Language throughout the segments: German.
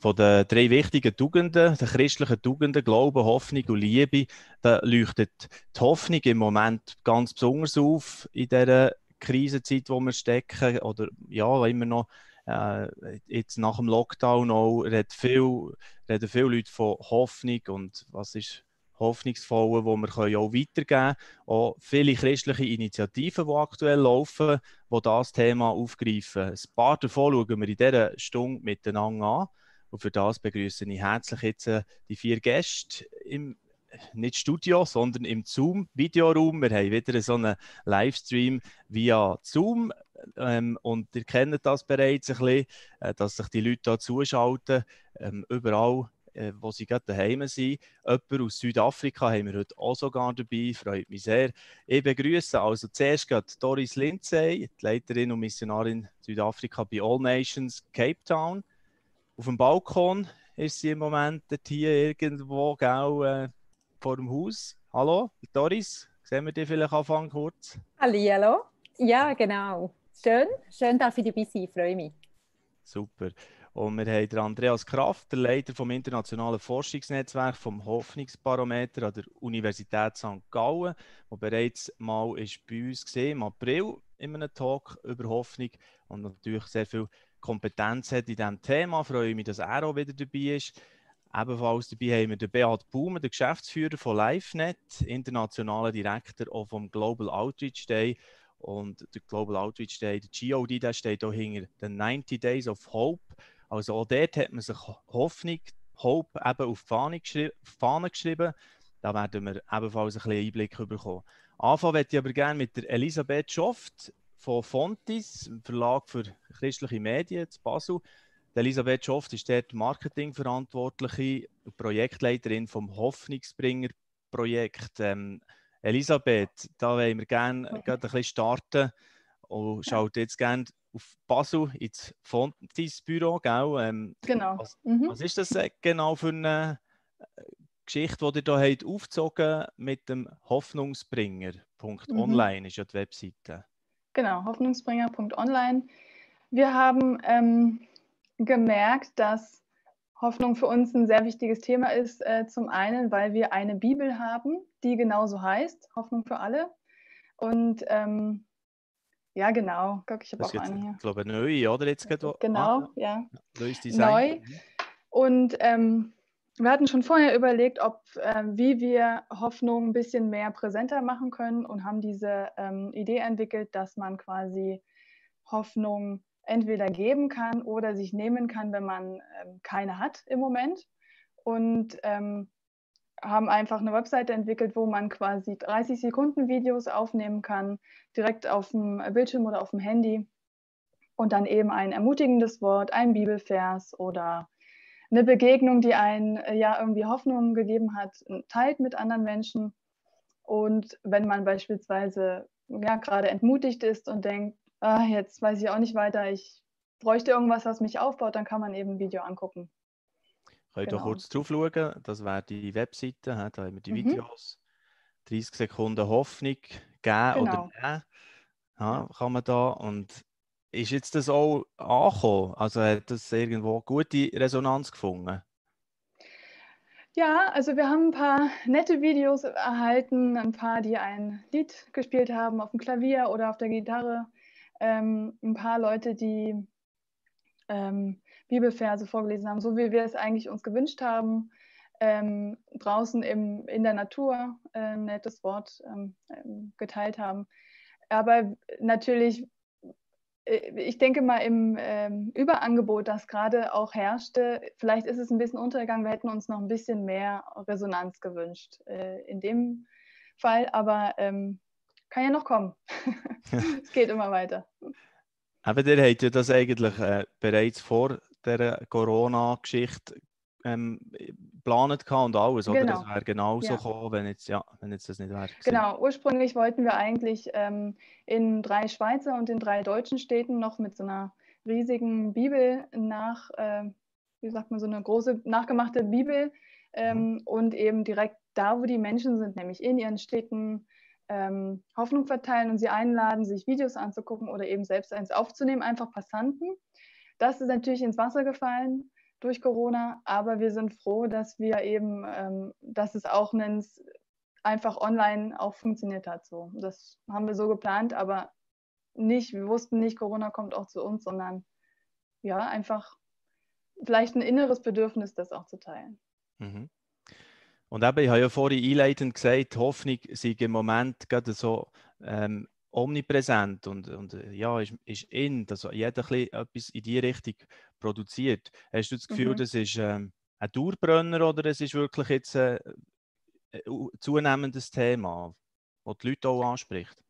von den drei wichtigen Tugenden, den christlichen Tugenden, Glauben, Hoffnung und Liebe, da leuchtet die Hoffnung im Moment ganz besonders auf in dieser Krisenzeit, wo wir stecken, oder ja, immer noch jetzt nach dem Lockdown auch, reden viele Leute von Hoffnung und was ist Hoffnungsvolle, wo wir können auch weitergeben können. Auch viele christliche Initiativen, die aktuell laufen, die das Thema aufgreifen. Ein paar davon schauen wir in dieser Stunde miteinander an. Und für das begrüße ich herzlich jetzt die 4 Gäste im nicht Studio, sondern im Zoom-Videoraum. Wir haben wieder so einen Livestream via Zoom. Und ihr kennt das bereits ein bisschen, dass sich die Leute da zuschalten, überall, wo sie gerade daheim sind. Jemand aus Südafrika haben wir heute auch sogar dabei, freut mich sehr. Ich begrüße also zuerst gerade Doris Lindsay, die Leiterin und Missionarin Südafrika bei All Nations Cape Town. Auf dem Balkon ist sie im Moment dort hier irgendwo, gell, vor dem Haus. Hallo, Doris, sehen wir dich vielleicht anfangen kurz? Hallihallo. Ja, genau. Schön, dass ich dabei sein, freue mich. Super. Und wir haben den Andreas Kraft, der Leiter vom internationalen Forschungsnetzwerk vom Hoffnungsbarometer an der Universität St. Gallen, der bereits mal ist bei uns war, im April in einem Talk über Hoffnung und natürlich sehr viel Kompetenz hat in diesem Thema. Ich freue mich, dass er auch wieder dabei ist. Ebenfalls dabei haben wir den Beat Baumer, den Geschäftsführer von LiveNet, internationaler Direktor auch vom Global Outreach Day. Und der Global Outreach Day, der GOD, der steht auch hinter den 90 Days of Hope. Also auch dort hat man sich Hoffnung, Hope eben auf die Fahne geschrieben. Da werden wir ebenfalls ein bisschen Einblick bekommen. Anfangen möchte ich aber gerne mit der Elisabeth Schoft von Fontis, dem Verlag für christliche Medien zu Basel. Die Elisabeth Schoft ist dort Marketingverantwortliche und Projektleiterin vom Hoffnungsbringer-Projekt. Elisabeth, da wollen wir gerne ein bisschen starten und schaut jetzt gerne auf Basel ins Fontis-Büro. Genau. Was ist das genau für eine Geschichte, die ihr hier habt aufgezogen mit dem Hoffnungsbringer.online ist ja die Webseite. Genau, hoffnungsbringer.online. Wir haben gemerkt, dass Hoffnung für uns ein sehr wichtiges Thema ist. Zum einen, weil wir eine Bibel haben, die genauso heißt, Hoffnung für alle. Und ja, genau. Guck, ich habe auch eine hier. Ich glaube, neu, oder? Jetzt genau, ja. Neues Design. Neu. Und wir hatten schon vorher überlegt, wie wir Hoffnung ein bisschen mehr präsenter machen können und haben diese Idee entwickelt, dass man quasi Hoffnung entweder geben kann oder sich nehmen kann, wenn man keine hat im Moment. Und haben einfach eine Webseite entwickelt, wo man quasi 30 Sekunden Videos aufnehmen kann, direkt auf dem Bildschirm oder auf dem Handy. Und dann eben ein ermutigendes Wort, ein Bibelvers oder eine Begegnung, die einen ja irgendwie Hoffnung gegeben hat, teilt mit anderen Menschen. Und wenn man beispielsweise ja gerade entmutigt ist und denkt, jetzt weiß ich auch nicht weiter, ich bräuchte irgendwas, was mich aufbaut, dann kann man eben ein Video angucken. Könnt ihr kurz drauf schauen, das wäre die Webseite, da haben wir die Videos. 30 Sekunden Hoffnung geben oder nehmen, kann man da. Und ist jetzt das auch angekommen? Also hat das irgendwo gute Resonanz gefunden? Ja, also wir haben ein paar nette Videos erhalten, ein paar, die ein Lied gespielt haben auf dem Klavier oder auf der Gitarre, ein paar Leute, die Bibelverse vorgelesen haben, so wie wir es eigentlich uns gewünscht haben, draußen in der Natur ein nettes Wort geteilt haben. Aber natürlich, ich denke mal im Überangebot, das gerade auch herrschte, vielleicht ist es ein bisschen untergegangen, wir hätten uns noch ein bisschen mehr Resonanz gewünscht in dem Fall, aber kann ja noch kommen. Es geht immer weiter. Aber ihr habt ja das eigentlich bereits vor der Corona-Geschichte geplant und alles, oder? Genau. Das wäre genauso gekommen, wenn jetzt das nicht wäre. Genau, ursprünglich wollten wir eigentlich in 3 Schweizer und in 3 deutschen Städten noch mit so einer riesigen Bibel wie sagt man, so eine große nachgemachte Bibel und eben direkt da, wo die Menschen sind, nämlich in ihren Städten, Hoffnung verteilen und sie einladen, sich Videos anzugucken oder eben selbst eins aufzunehmen, einfach Passanten. Das ist natürlich ins Wasser gefallen, durch Corona, aber wir sind froh, dass wir eben, dass es auch einfach online auch funktioniert hat. So. Das haben wir so geplant, aber wir wussten nicht, Corona kommt auch zu uns, sondern ja, einfach vielleicht ein inneres Bedürfnis, das auch zu teilen. Mhm. Und eben, ich habe ja vorhin einleitend gesagt, die Hoffnung sei im Moment gerade so omnipräsent und ja, ist in, dass jeder ein bisschen etwas in die Richtung produziert. Hast du das Gefühl, das ist ein Dauerbrenner oder es ist wirklich jetzt ein zunehmendes Thema, das die Leute auch anspricht?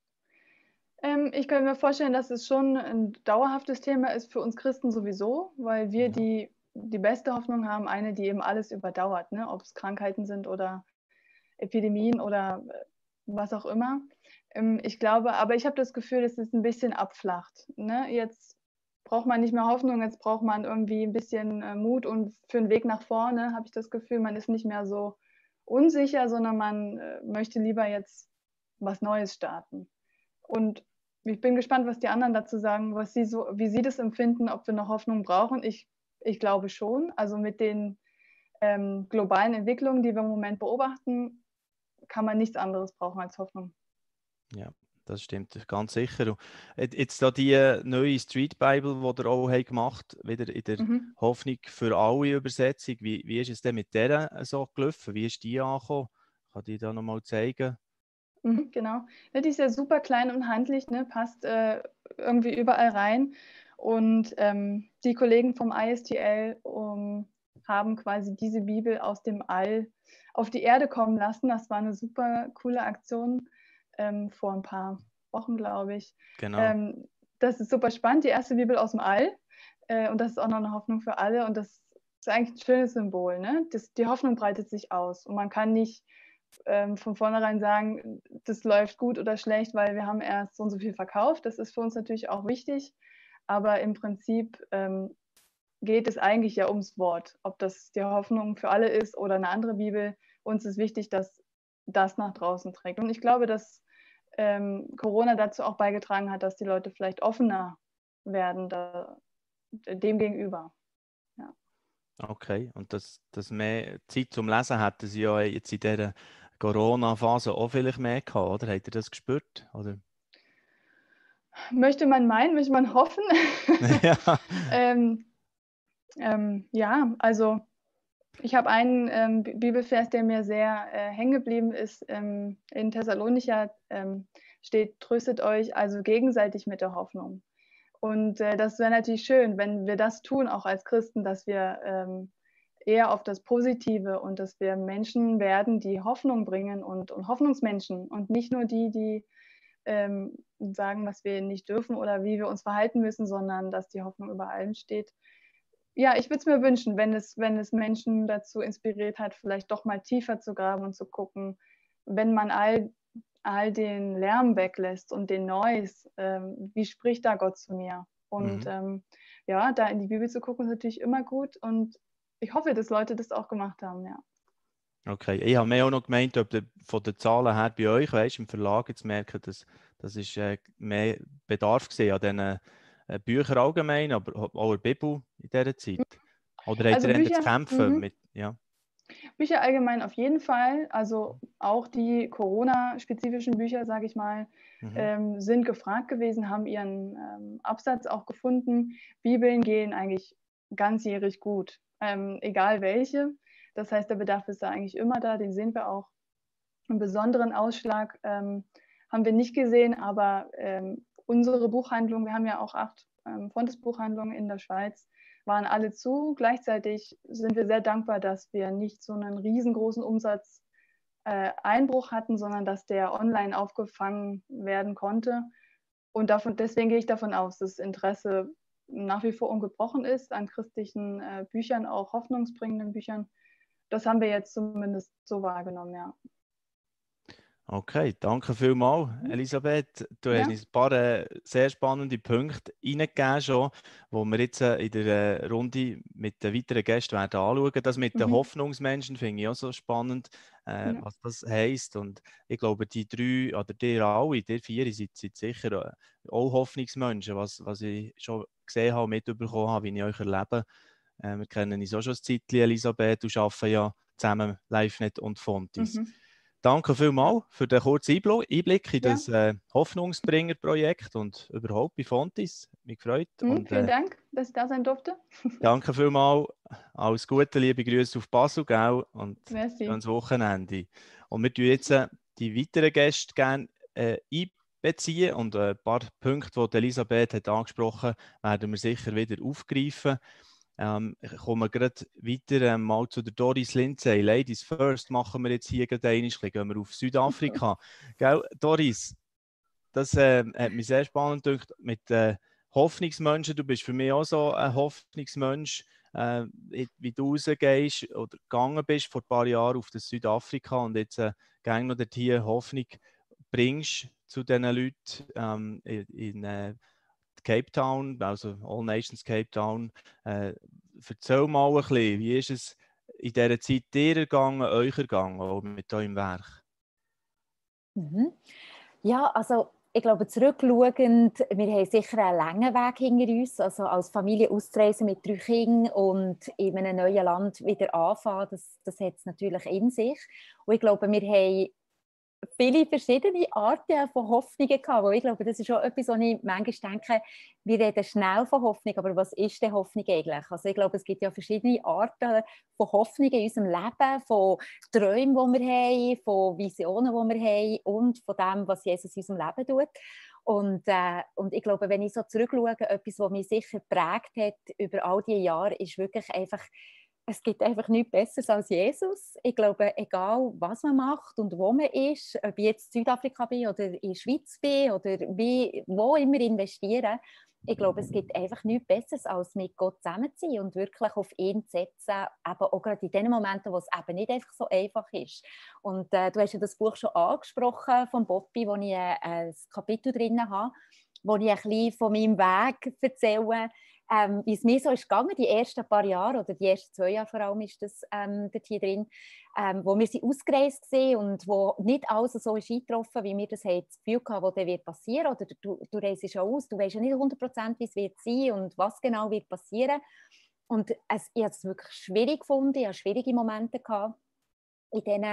Ich kann mir vorstellen, dass es schon ein dauerhaftes Thema ist für uns Christen sowieso, weil wir die beste Hoffnung haben, eine, die eben alles überdauert, ne? Ob es Krankheiten sind oder Epidemien oder was auch immer. Ich glaube, aber ich habe das Gefühl, dass es ein bisschen abflacht. Ne? Jetzt braucht man nicht mehr Hoffnung, jetzt braucht man irgendwie ein bisschen Mut und für einen Weg nach vorne habe ich das Gefühl, man ist nicht mehr so unsicher, sondern man möchte lieber jetzt was Neues starten. Und ich bin gespannt, was die anderen dazu sagen, wie sie das empfinden, ob wir noch Hoffnung brauchen. Ich glaube schon. Also mit den globalen Entwicklungen, die wir im Moment beobachten, kann man nichts anderes brauchen als Hoffnung. Ja, das stimmt, ganz sicher. Und jetzt da die neue Street Bible, die ihr auch gemacht habt, wieder in der Hoffnung für alle Übersetzung. Wie ist es denn mit der so gelaufen? Wie ist die angekommen? Kann ich da nochmal zeigen? Genau. Ja, die ist ja super klein und handlich, ne? Passt irgendwie überall rein. Und die Kollegen vom ISTL haben quasi diese Bibel aus dem All auf die Erde kommen lassen. Das war eine super coole Aktion vor ein paar Wochen, glaube ich. Genau. Das ist super spannend, die erste Bibel aus dem All. Und das ist auch noch eine Hoffnung für alle. Und das ist eigentlich ein schönes Symbol. Ne? Die Hoffnung breitet sich aus. Und man kann nicht von vornherein sagen, das läuft gut oder schlecht, weil wir haben erst so und so viel verkauft. Das ist für uns natürlich auch wichtig. Aber im Prinzip geht es eigentlich ja ums Wort. Ob das die Hoffnung für alle ist oder eine andere Bibel. Uns ist wichtig, dass das nach draußen trägt. Und ich glaube, dass Corona dazu auch beigetragen hat, dass die Leute vielleicht offener werden dem gegenüber. Ja. Okay, und das mehr Zeit zum Lesen hätten Sie ja jetzt in dieser Corona-Phase auch vielleicht mehr gehabt, oder? Habt ihr das gespürt? Oder? Möchte man meinen, möchte man hoffen. Ja. Ja, also ich habe einen Bibelvers, der mir sehr hängen geblieben ist. In Thessalonicher steht, tröstet euch also gegenseitig mit der Hoffnung. Und das wäre natürlich schön, wenn wir das tun, auch als Christen, dass wir eher auf das Positive und dass wir Menschen werden, die Hoffnung bringen und Hoffnungsmenschen und nicht nur die sagen, was wir nicht dürfen oder wie wir uns verhalten müssen, sondern dass die Hoffnung über allem steht. Ja, ich würde es mir wünschen, wenn es Menschen dazu inspiriert hat, vielleicht doch mal tiefer zu graben und zu gucken, wenn man all den Lärm weglässt und den Noise, wie spricht da Gott zu mir? Und ja, da in die Bibel zu gucken, ist natürlich immer gut und ich hoffe, dass Leute das auch gemacht haben, ja. Okay, ich habe mir auch noch gemeint, ob von den Zahlen her bei euch, weißt, im Verlag jetzt merken, dass das ist mehr Bedarf gesehen an diesen Büchern allgemein, aber auch der Bibel in dieser Zeit. Oder habt Also ihr zu Bücher, kämpfen mit, ja? Bücher allgemein auf jeden Fall, also auch die Corona-spezifischen Bücher, sage ich mal, sind gefragt gewesen, haben ihren Absatz auch gefunden. Bibeln gehen eigentlich ganzjährig gut, egal welche. Das heißt, der Bedarf ist da eigentlich immer da, den sehen wir auch. Einen besonderen Ausschlag haben wir nicht gesehen, aber unsere Buchhandlung, wir haben ja auch 8 Fontes-Buchhandlungen in der Schweiz, waren alle zu. Gleichzeitig sind wir sehr dankbar, dass wir nicht so einen riesengroßen Umsatzeinbruch hatten, sondern dass der online aufgefangen werden konnte. Und deswegen gehe ich davon aus, dass das Interesse nach wie vor ungebrochen ist an christlichen Büchern, auch hoffnungsbringenden Büchern. Das haben wir jetzt zumindest so wahrgenommen, ja. Okay, danke vielmals, Elisabeth. Du hast uns ein paar sehr spannende Punkte reingegeben schon, die wir jetzt in der Runde mit den weiteren Gästen werden anschauen. Das mit den Hoffnungsmenschen finde ich auch so spannend, was das heisst. Und ich glaube, die 3, oder ihr alle, ihr 4, seid sicher auch Hoffnungsmenschen, was ich schon gesehen habe, mitbekommen habe, wie ich euch erlebe. Wir kennen uns auch schon ein Zeitchen, Elisabeth, und arbeiten ja zusammen, LiveNet und Fontis. Danke vielmals für den kurzen Einblick in das Hoffnungsbringer-Projekt und überhaupt bei Fontis. Mich gefreut. Und, vielen Dank, dass ich da sein durfte. Danke vielmals. Alles Gute, liebe Grüße auf Basel, gell? Und merci. schönes Wochenende. Und wir tun jetzt die weiteren Gäste gerne einbeziehen und ein paar Punkte, die Elisabeth hat angesprochen hat, werden wir sicher wieder aufgreifen. Ich komme gerade weiter mal zu der Doris Lindsay. Ladies first machen wir jetzt hier gerade einmal. Gehen wir auf Südafrika. Gell, Doris, das hat mich sehr spannend gedacht mit Hoffnungsmenschen. Du bist für mich auch so ein Hoffnungsmensch, wie du rausgehst oder gegangen bist vor ein paar Jahren auf das Südafrika und jetzt gerne noch dort hier Hoffnung bringst zu diesen Leuten in Cape Town, also All Nations Cape Town. Erzähl mal ein bisschen, wie ist es in dieser Zeit dir ergangen, euch ergangen, auch mit eurem Werk? Ja, also ich glaube, zurückschauend, wir haben sicher einen langen Weg hinter uns. Also als Familie auszureisen mit 3 Kindern und in einem neuen Land wieder anfangen, das hat es natürlich in sich. Und ich glaube, wir haben viele verschiedene Arten von Hoffnungen gehabt. Weil ich glaube, das ist auch etwas, wo ich manchmal denke, wir reden schnell von Hoffnung, aber was ist denn Hoffnung eigentlich? Also ich glaube, es gibt ja verschiedene Arten von Hoffnungen in unserem Leben, von Träumen, die wir haben, von Visionen, die wir haben und von dem, was Jesus in unserem Leben tut. Und ich glaube, wenn ich so zurückschaue, etwas, was mich sicher geprägt hat über all diese Jahre, ist wirklich einfach, es gibt einfach nichts Besseres als Jesus. Ich glaube, egal was man macht und wo man ist, ob ich jetzt in Südafrika bin oder in der Schweiz bin oder wo immer investieren, ich glaube, es gibt einfach nichts Besseres, als mit Gott zusammen zu sein und wirklich auf ihn zu setzen, eben auch gerade in den Momenten, wo es eben nicht einfach so einfach ist. Und du hast ja das Buch schon angesprochen von Bobby, wo ich ein Kapitel drin habe, wo ich ein bisschen von meinem Weg erzähle, wie es mir so ist gegangen, die ersten paar Jahre oder die ersten 2 Jahre vor allem ist das dort hier drin, wo wir ausgereist sind und wo nicht alles so ist eingetroffen, wie wir das Gefühl hatten, was dann wird passieren. Oder du reist ja aus, du weißt ja nicht 100%, wie es wird sein und was genau wird passieren. Und ich habe es wirklich schwierig gefunden, ich hatte schwierige Momente gehabt in diesen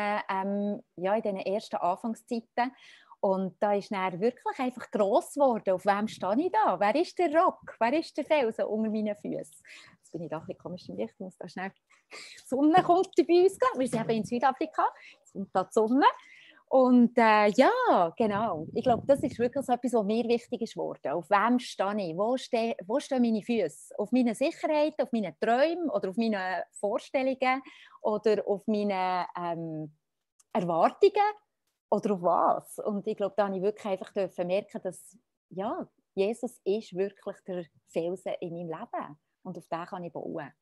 ersten Anfangszeiten. Und da ist dann wirklich einfach gross geworden. Auf wem stehe ich da? Wer ist der Rock? Wer ist der Felsen unter meinen Füßen? Jetzt bin ich da ein bisschen komisch im Licht. Ich muss da schnell... Die Sonne kommt bei uns gerade. Wir sind eben in Südafrika. Jetzt kommt da die Sonne. Und ja, genau. Ich glaube, das ist wirklich so etwas, was mir wichtig ist geworden. Auf wem stehe ich? Wo stehen meine Füße? Auf meine Sicherheit, auf meine Träume oder auf meine Vorstellungen oder auf meine Erwartungen? Oder auf was? Und ich glaube, da habe ich wirklich einfach merken, dass ja, Jesus ist wirklich der Felsen in meinem Leben. Und auf den kann ich bauen.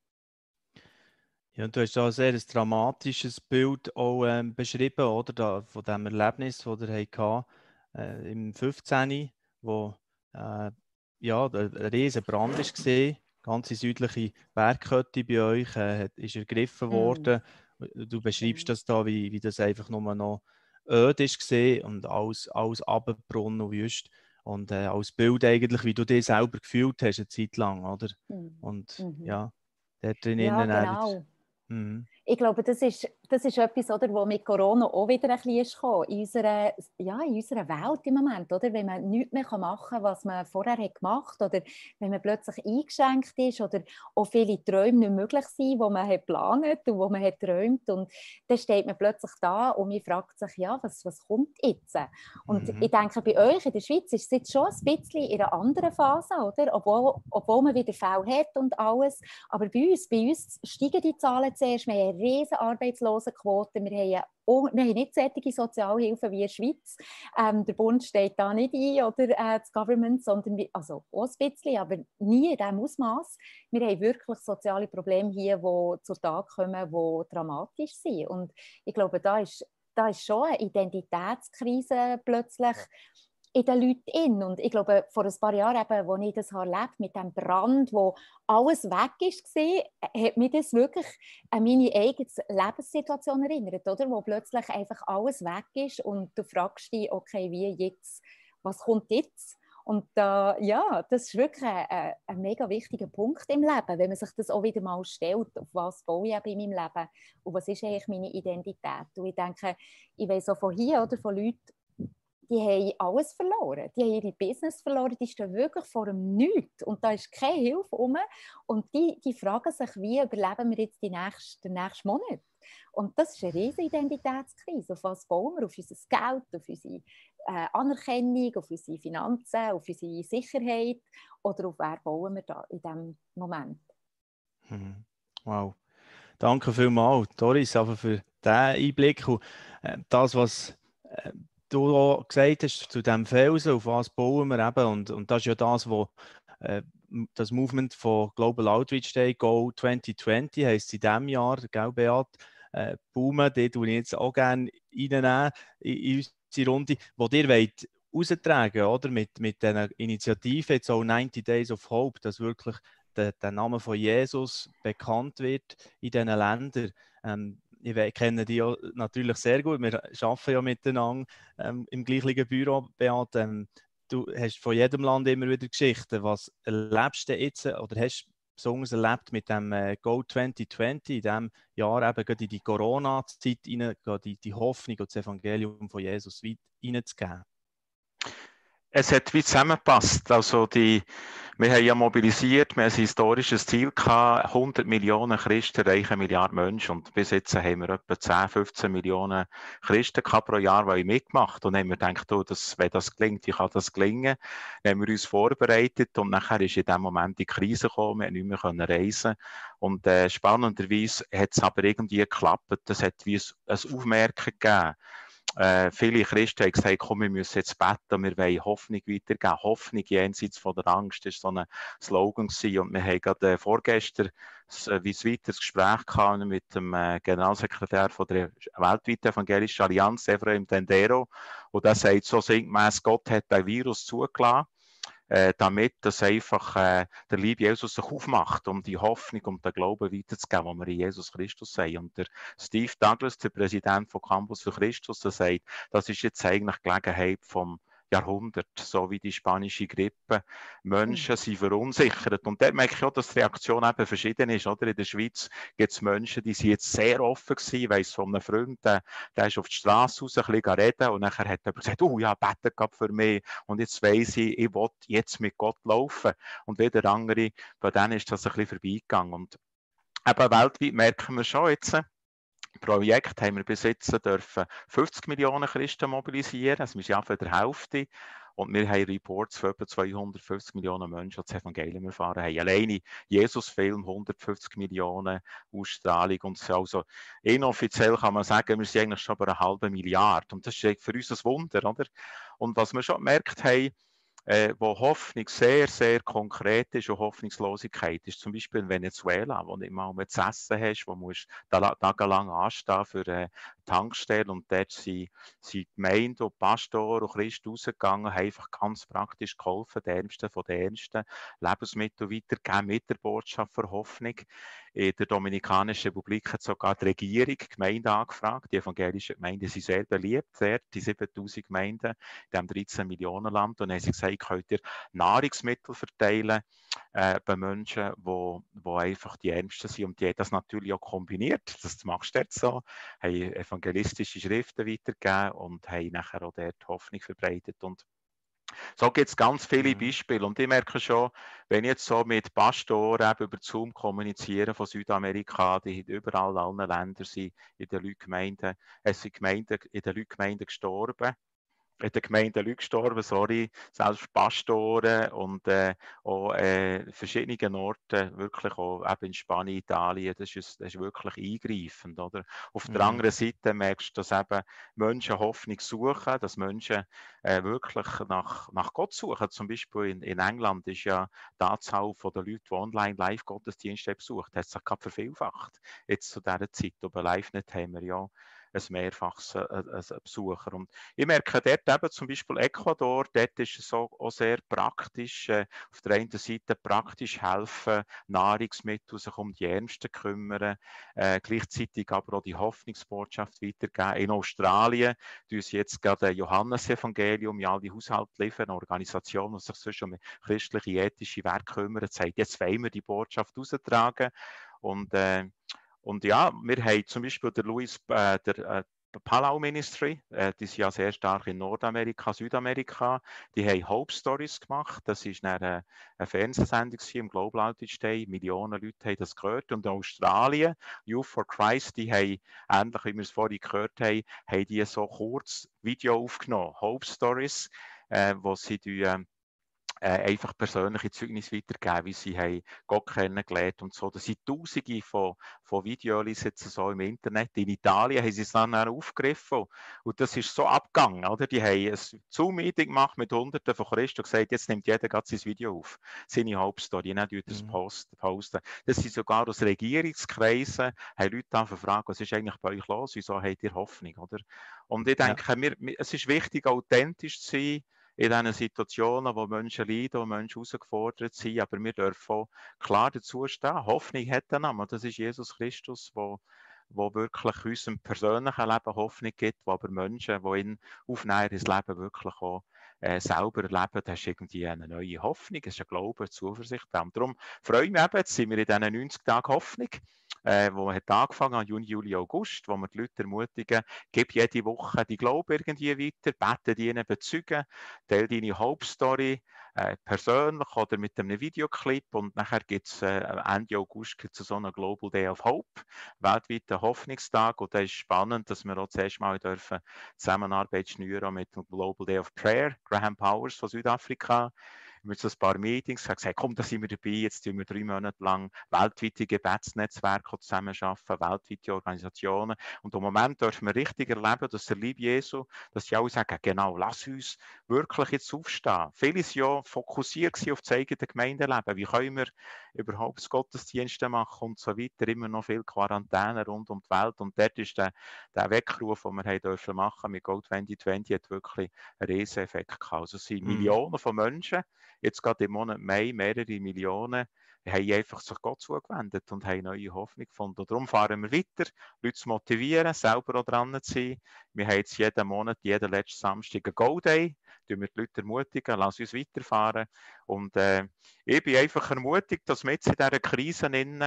Ja, und du hast da ein sehr dramatisches Bild auch beschrieben, oder? Von dem Erlebnis, das ihr hattet, im 15., wo ja, ein riesen Brand war. Die ganze südliche Bergkette bei euch ist ergriffen worden. Du beschreibst das da, wie das einfach nur noch öd war und alles abgebrannt und wüst. Und als Bild eigentlich, wie du dich selber gefühlt hast, eine Zeit lang, oder? Und ja, dort drinnen ja, genau. Wieder, ich glaube, das ist etwas, oder, was mit Corona auch wieder ein bisschen kam, in unserer Welt im Moment. Oder? Wenn man nichts mehr machen kann, was man vorher gemacht hat, oder wenn man plötzlich eingeschränkt ist oder auch viele Träume nicht möglich sind, die man hat geplant und die man hat geträumt. Und dann steht man plötzlich da und man fragt sich, ja, was kommt jetzt? Und ich denke, bei euch in der Schweiz ist es jetzt schon ein bisschen in einer anderen Phase, oder? Obwohl man wieder Fälle hat und alles. Aber bei uns steigen die Zahlen zuerst. Wir haben eine riesige Arbeitslosenquote. Wir haben nicht solche Sozialhilfe wie in der Schweiz. Der Bund steht da nicht ein oder das Government, sondern also auch ein bisschen, aber nie in diesem Ausmaß. Wir haben wirklich soziale Probleme hier, die zutage kommen, die dramatisch sind. Und ich glaube, da ist schon eine Identitätskrise plötzlich in den Leuten. Und ich glaube, vor ein paar Jahren, eben, als ich das erlebt mit dem Brand, wo alles weg war, hat mich das wirklich an meine eigene Lebenssituation erinnert, oder? Wo plötzlich einfach alles weg ist und du fragst dich, okay, wie jetzt, was kommt jetzt? Und ja, das ist wirklich ein mega wichtiger Punkt im Leben, wenn man sich das auch wieder mal stellt, auf was baue ich in meinem Leben und was ist eigentlich meine Identität. Und ich denke, ich weiss auch von hier oder von Leuten, die haben alles verloren. Die haben ihre Business verloren, die stehen wirklich vor einem Nichts. Und da ist keine Hilfe rum. Und die fragen sich, wie überleben wir jetzt den nächsten Monat? Und das ist eine riesige Identitätskrise. Auf was bauen wir? Auf unser Geld, auf unsere Anerkennung, auf unsere Finanzen, auf unsere Sicherheit? Oder auf wer bauen wir da in diesem Moment? Wow. Danke vielmals, Doris, aber für diesen Einblick. Und das, was du auch gesagt hast zu diesem Felsen, auf was bauen wir eben. Und das ist ja das, was das Movement von Global Outreach Day, Go 2020, heisst in diesem Jahr, gell, Beat, boomen, die tue ich jetzt auch gerne reinnehmen in unsere Runde, wo ihr wollt raustragen, oder? Mit dieser Initiative, jetzt auch 90 Days of Hope, dass wirklich der Name von Jesus bekannt wird in diesen Ländern. Ich kenne die ja natürlich sehr gut, wir arbeiten ja miteinander im gleichen Büro, Beat. Du hast von jedem Land immer wieder Geschichten. Was erlebst du jetzt oder hast du besonders erlebt mit dem Go 2020, in diesem Jahr eben gerade in die Corona-Zeit hinein, die Hoffnung und das Evangelium von Jesus weit hineinzugeben? Es hat wie zusammengepasst. Also wir haben ja mobilisiert, wir haben ein historisches Ziel gehabt, 100 Millionen Christen erreichen 1 Milliarde Menschen. Und bis jetzt haben wir etwa 10, 15 Millionen Christen pro Jahr, die mitgemacht haben. Und dann haben wir gedacht, oh, wenn das gelingt, wie kann das gelingen? Dann haben wir uns vorbereitet und nachher ist in dem Moment die Krise gekommen, wir konnten nicht mehr reisen. Und spannenderweise hat es aber irgendwie geklappt. Es hat wie ein Aufmerken gegeben. Viele Christen haben gesagt, komm, wir müssen jetzt beten, wir wollen Hoffnung weitergeben. Hoffnung jenseits von der Angst, das war so ein Slogan gewesen. Und wir haben gerade vorgestern wie ein weiteres Gespräch gehabt mit dem Generalsekretär von der weltweiten evangelischen Allianz, Efraim Tendero. Und der sagt so sinngemäss, Gott hat den Virus zugelassen, damit das einfach der liebe Jesus sich aufmacht, um die Hoffnung und den Glauben weiterzugeben, den wir in Jesus Christus sehen. Und der Steve Douglas, der Präsident von Campus für Christus, der sagt, das ist jetzt eigentlich die Gelegenheit vom Jahrhundert, so wie die spanische Grippe. Menschen sind verunsichert. Und dort merke ich auch, dass die Reaktion eben verschieden ist. Oder? In der Schweiz gibt es Menschen, die sind jetzt sehr offen gewesen. Ich weiss von einem Freund, der ist auf die Straße raus, ein bisschen reden und nachher hat er gesagt, oh ja, bete gerade für mich. Und jetzt weiss ich will jetzt mit Gott laufen. Und wieder andere, bei denen ist das ein bisschen vorbeigegangen. Und eben weltweit merken wir schon jetzt, Projekt haben wir bis jetzt dürfen 50 Millionen Christen mobilisieren. Das ist ja für die Hälfte. Und wir haben Reports von etwa 250 Millionen Menschen, die das Evangelium erfahren haben. Alleine Jesus-Film 150 Millionen, Ausstrahlung und so. Also inoffiziell kann man sagen, wir sind eigentlich schon bei 1,5 Milliarde. Und das ist für uns ein Wunder, oder? Und was wir schon gemerkt haben, wo Hoffnung sehr, sehr konkret ist und Hoffnungslosigkeit ist zum Beispiel in Venezuela, wo du nicht mal mehr zu essen hast, wo du tagelang anstehen für eine Tankstelle und dort sind die Gemeinden und Pastoren und Christen rausgegangen, haben einfach ganz praktisch geholfen, die Ärmsten von den Ärmsten, Lebensmittel weitergegeben mit der Botschaft für Hoffnung. In der Dominikanischen Republik hat sogar die Regierung die Gemeinde angefragt. Die evangelischen Gemeinden sind sehr beliebt, die 7000 Gemeinden in diesem 13 Millionen Land. Und dann haben sie gesagt, könnt ihr Nahrungsmittel verteilen bei Menschen, die einfach die Ärmsten sind. Und die haben das natürlich auch kombiniert. Das machst du jetzt so. Haben evangelistische Schriften weitergegeben und haben nachher auch dort Hoffnung verbreitet. Und so gibt es ganz viele Beispiele. Und ich merke schon, wenn ich jetzt so mit Pastoren über Zoom kommuniziere von Südamerika, die überall in allen Ländern sind, in den Leuten in den Leuten gestorben. In den Gemeinden Leute gestorben, selbst Pastoren und auch verschiedenen Orten, wirklich auch eben in Spanien, Italien, das ist wirklich eingreifend, oder? Auf der anderen Seite merkst du, dass eben Menschen Hoffnung suchen, dass Menschen wirklich nach Gott suchen. Zum Beispiel in England ist ja die Anzahl der Leute, die online Live-Gottesdienste besucht, hat sich gerade vervielfacht. Jetzt zu dieser Zeit, aber LiveNet haben wir ja ein mehrfaches Besucher. Und ich merke dort eben zum Beispiel Ecuador, dort ist es auch sehr praktisch, auf der einen Seite praktisch helfen, Nahrungsmittel, sich um die Ärmsten kümmern, gleichzeitig aber auch die Hoffnungsbotschaft weitergeben. In Australien tun sie jetzt gerade ein Johannesevangelium in alle Haushalte liefern, eine Organisation, die sich sonst um christliche, ethische Werte kümmert, sagt, jetzt wollen wir die Botschaft raustragen. Und ja, wir haben zum Beispiel der Palau Ministry, die sind ja sehr stark in Nordamerika, Südamerika, die haben Hope Stories gemacht, das ist eine Fernsehsendung im Global Outage Day, Millionen Leute haben das gehört, und in Australien, Youth for Christ, die haben, ähnlich wie wir es vorhin gehört haben die so kurz Video aufgenommen, Hope Stories, wo sie einfach persönliche Zeugnisse weitergeben, wie sie haben Gott kennengelernt und so. Das sind Tausende von Videos jetzt so im Internet. In Italien haben sie es dann aufgegriffen und das ist so abgegangen, oder? Die haben ein Zoom-Meeting gemacht mit Hunderten von Christen und gesagt, jetzt nimmt jeder gerade sein Video auf, seine Hauptstory, dann tut das posten. Das sind sogar aus Regierungskreisen, haben Leute dann gefragt, was ist eigentlich bei euch los, wieso habt ihr Hoffnung, oder? Und ich denke, es ist wichtig, authentisch zu sein, in diesen Situationen, wo Menschen leiden, wo Menschen herausgefordert sind. Aber wir dürfen auch klar dazu stehen. Hoffnung hat einen Namen. Das ist Jesus Christus, wo wirklich unserem persönlichen Leben Hoffnung gibt, wo aber Menschen, die ihn aufnehmen, das Leben wirklich auch selber erleben, das ist irgendwie eine neue Hoffnung, es ist ein Glaube, eine Zuversicht. Und darum freue ich mich eben, jetzt sind wir in diesen 90 Tagen Hoffnung, wo man hat angefangen hat, Juni, Juli, August, wo wir die Leute ermutigen, gib jede Woche die Glaube irgendwie weiter, bete die ihnen bezeugen, teile deine Hope-Story persönlich oder mit einem Videoclip, und nachher gibt es Ende August so einen Global Day of Hope, weltweiten Hoffnungstag, und das ist spannend, dass wir auch zuerst mal dürfen Zusammenarbeit schnüren mit dem Global Day of Prayer, Graham Powers von Südafrika. Wir haben so ein paar Meetings, haben gesagt, komm, da sind wir dabei, jetzt tun wir 3 Monate lang weltweite Gebetsnetzwerke zusammenarbeiten, weltweite Organisationen. Und im Moment dürfen wir richtig erleben, dass der Liebe Jesu, dass sie alle sagen, genau, lass uns wirklich jetzt aufstehen. Viele sind ja fokussiert auf das eigene Gemeindeleben. Wie können wir überhaupt Gottesdienste machen und so weiter, immer noch viel Quarantäne rund um die Welt. Und dort ist der Weckruf, den wir haben dürfen machen mit Go 2020, hat wirklich einen Rieseneffekt gehabt. Also es sind Millionen von Menschen, jetzt gerade im Monat Mai mehrere Millionen, haben einfach sich Gott zugewendet und haben neue Hoffnung gefunden. Und darum fahren wir weiter, Leute zu motivieren, selber auch dran zu sein. Wir haben jetzt jeden Monat, jeden letzten Samstag einen Go-Day, wir die Leute ermutigen, lass uns weiterfahren. Und ich bin einfach ermutigt, dass wir jetzt in dieser Krise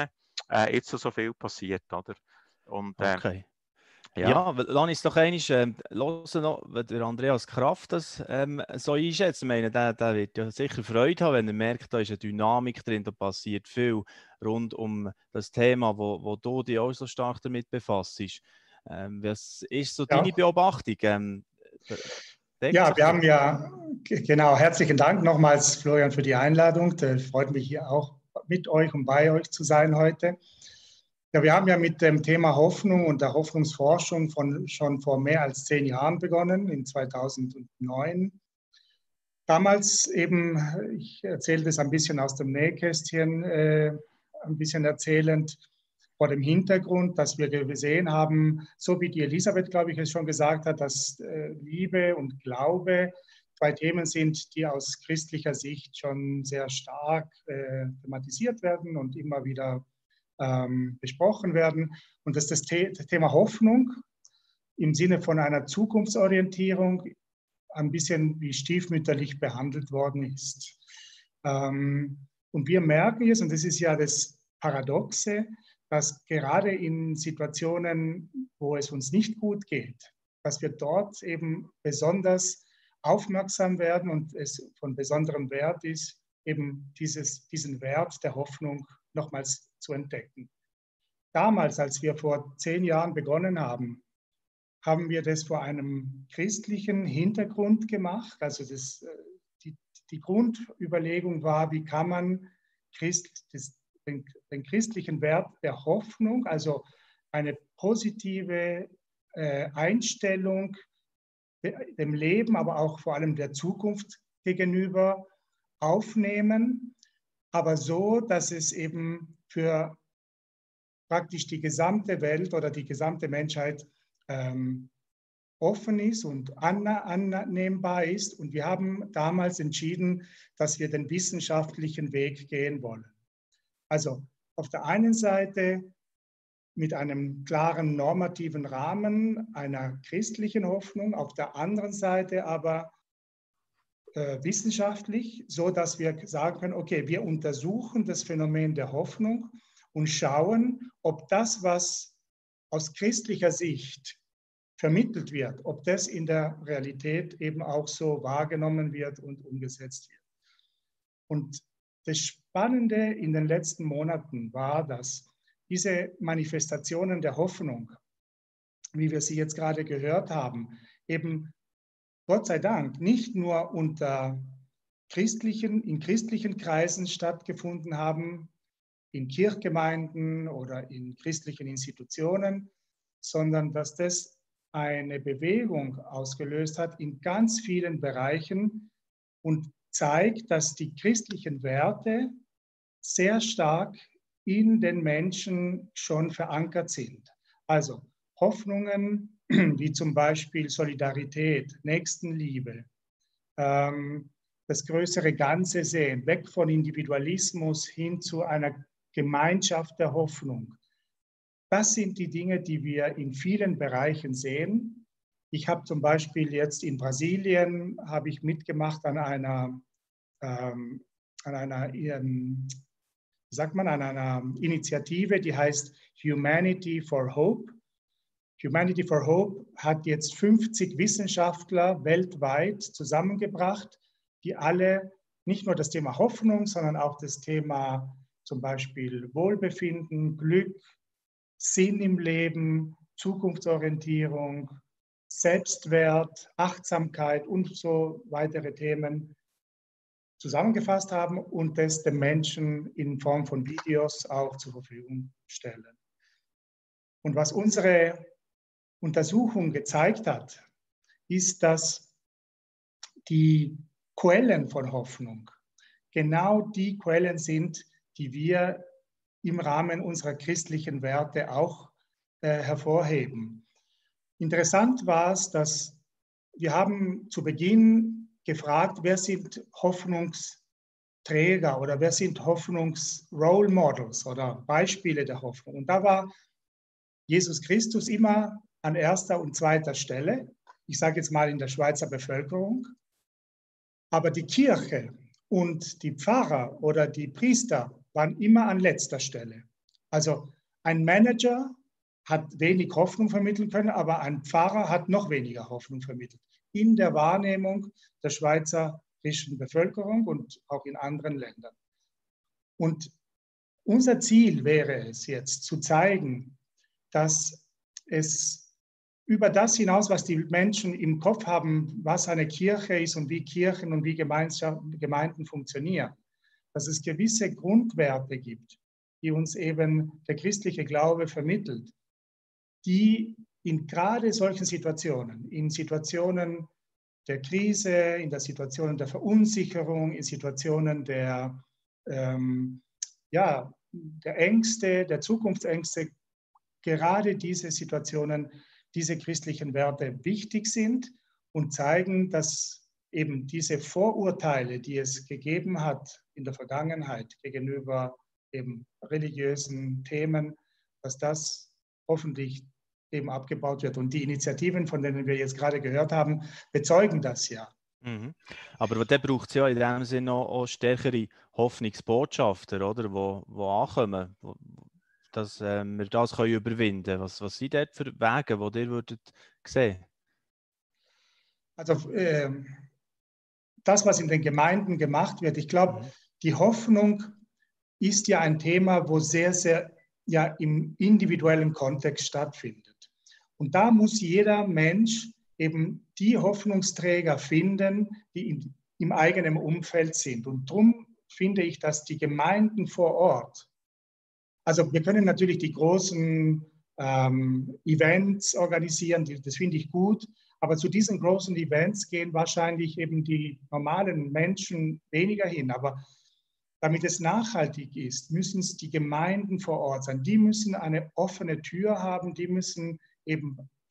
jetzt so viel passiert, oder? Und, okay. Ja, lass uns doch einmal hören, wenn der Andreas Kraft das so einschätzt. Ich meine, der wird ja sicher Freude haben, wenn er merkt, da ist eine Dynamik drin, da passiert viel rund um das Thema, wo du dich auch so stark damit befasst. Was ist so deine Beobachtung? Ja, wir haben ja, genau, herzlichen Dank nochmals, Florian, für die Einladung. Freut mich hier auch mit euch und bei euch zu sein heute. Ja, wir haben ja mit dem Thema Hoffnung und der Hoffnungsforschung schon vor mehr als 10 Jahren begonnen, in 2009. Damals eben, ich erzähle das ein bisschen aus dem Nähkästchen, ein bisschen erzählend, vor dem Hintergrund, dass wir gesehen haben, so wie die Elisabeth, glaube ich, es schon gesagt hat, dass Liebe und Glaube 2 Themen sind, die aus christlicher Sicht schon sehr stark thematisiert werden und immer wieder besprochen werden. Und dass das Thema Hoffnung im Sinne von einer Zukunftsorientierung ein bisschen wie stiefmütterlich behandelt worden ist. Und wir merken jetzt, und das ist ja das Paradoxe, dass gerade in Situationen, wo es uns nicht gut geht, dass wir dort eben besonders aufmerksam werden und es von besonderem Wert ist, eben diesen Wert der Hoffnung nochmals zu entdecken. Damals, als wir vor 10 Jahren begonnen haben, haben wir das vor einem christlichen Hintergrund gemacht. Also die Grundüberlegung war, wie kann man den christlichen Wert der Hoffnung, also eine positive Einstellung dem Leben, aber auch vor allem der Zukunft gegenüber aufnehmen, aber so, dass es eben für praktisch die gesamte Welt oder die gesamte Menschheit offen ist und annehmbar ist. Und wir haben damals entschieden, dass wir den wissenschaftlichen Weg gehen wollen. Also auf der einen Seite mit einem klaren normativen Rahmen einer christlichen Hoffnung, auf der anderen Seite aber wissenschaftlich, so dass wir sagen können, okay, wir untersuchen das Phänomen der Hoffnung und schauen, ob das, was aus christlicher Sicht vermittelt wird, ob das in der Realität eben auch so wahrgenommen wird und umgesetzt wird. Und das Spannende in den letzten Monaten war, dass diese Manifestationen der Hoffnung, wie wir sie jetzt gerade gehört haben, eben Gott sei Dank nicht nur in christlichen Kreisen stattgefunden haben, in Kirchgemeinden oder in christlichen Institutionen, sondern dass das eine Bewegung ausgelöst hat in ganz vielen Bereichen und zeigt, dass die christlichen Werte sehr stark in den Menschen schon verankert sind. Also Hoffnungen wie zum Beispiel Solidarität, Nächstenliebe, das größere Ganze sehen, weg von Individualismus hin zu einer Gemeinschaft der Hoffnung. Das sind die Dinge, die wir in vielen Bereichen sehen. Ich habe zum Beispiel jetzt in Brasilien habe ich mitgemacht an einer Initiative, die heißt Humanity for Hope. Humanity for Hope hat jetzt 50 Wissenschaftler weltweit zusammengebracht, die alle nicht nur das Thema Hoffnung, sondern auch das Thema zum Beispiel Wohlbefinden, Glück, Sinn im Leben, Zukunftsorientierung, Selbstwert, Achtsamkeit und so weitere Themen zusammengefasst haben und das den Menschen in Form von Videos auch zur Verfügung stellen. Und was unsere Untersuchung gezeigt hat, ist, dass die Quellen von Hoffnung genau die Quellen sind, die wir im Rahmen unserer christlichen Werte auch hervorheben. Interessant war es, dass wir haben zu Beginn gefragt, wer sind Hoffnungsträger oder wer sind Hoffnungs-Role Models oder Beispiele der Hoffnung. Und da war Jesus Christus immer an erster und zweiter Stelle, ich sage jetzt mal in der Schweizer Bevölkerung, aber die Kirche und die Pfarrer oder die Priester waren immer an letzter Stelle. Also ein Manager hat wenig Hoffnung vermitteln können, aber ein Pfarrer hat noch weniger Hoffnung vermittelt. In der Wahrnehmung der schweizerischen Bevölkerung und auch in anderen Ländern. Und unser Ziel wäre es jetzt zu zeigen, dass es über das hinaus, was die Menschen im Kopf haben, was eine Kirche ist und wie Kirchen und wie Gemeinden funktionieren, dass es gewisse Grundwerte gibt, die uns eben der christliche Glaube vermittelt, die in gerade solchen Situationen, in Situationen der Krise, in der Situationen der Verunsicherung, in Situationen der Ängste, der Zukunftsängste, gerade diese Situationen, diese christlichen Werte wichtig sind und zeigen, dass eben diese Vorurteile, die es gegeben hat in der Vergangenheit gegenüber eben religiösen Themen, dass das hoffentlich eben abgebaut wird. Und die Initiativen, von denen wir jetzt gerade gehört haben, bezeugen das ja. Mhm. Aber dann braucht es ja in dem Sinne auch stärkere Hoffnungsbotschafter, oder? Wo ankommen, dass wir das können überwinden können. Was sind dort für Wege, die ihr würdet sehen? Also das, was in den Gemeinden gemacht wird, ich glaube, die Hoffnung ist ja ein Thema, wo sehr, sehr im individuellen Kontext stattfindet. Und da muss jeder Mensch eben die Hoffnungsträger finden, die im eigenen Umfeld sind. Und darum finde ich, dass die Gemeinden vor Ort, also wir können natürlich die großen Events organisieren, das finde ich gut, aber zu diesen großen Events gehen wahrscheinlich eben die normalen Menschen weniger hin. Aber damit es nachhaltig ist, müssen es die Gemeinden vor Ort sein. Die müssen eine offene Tür haben, die müssen eben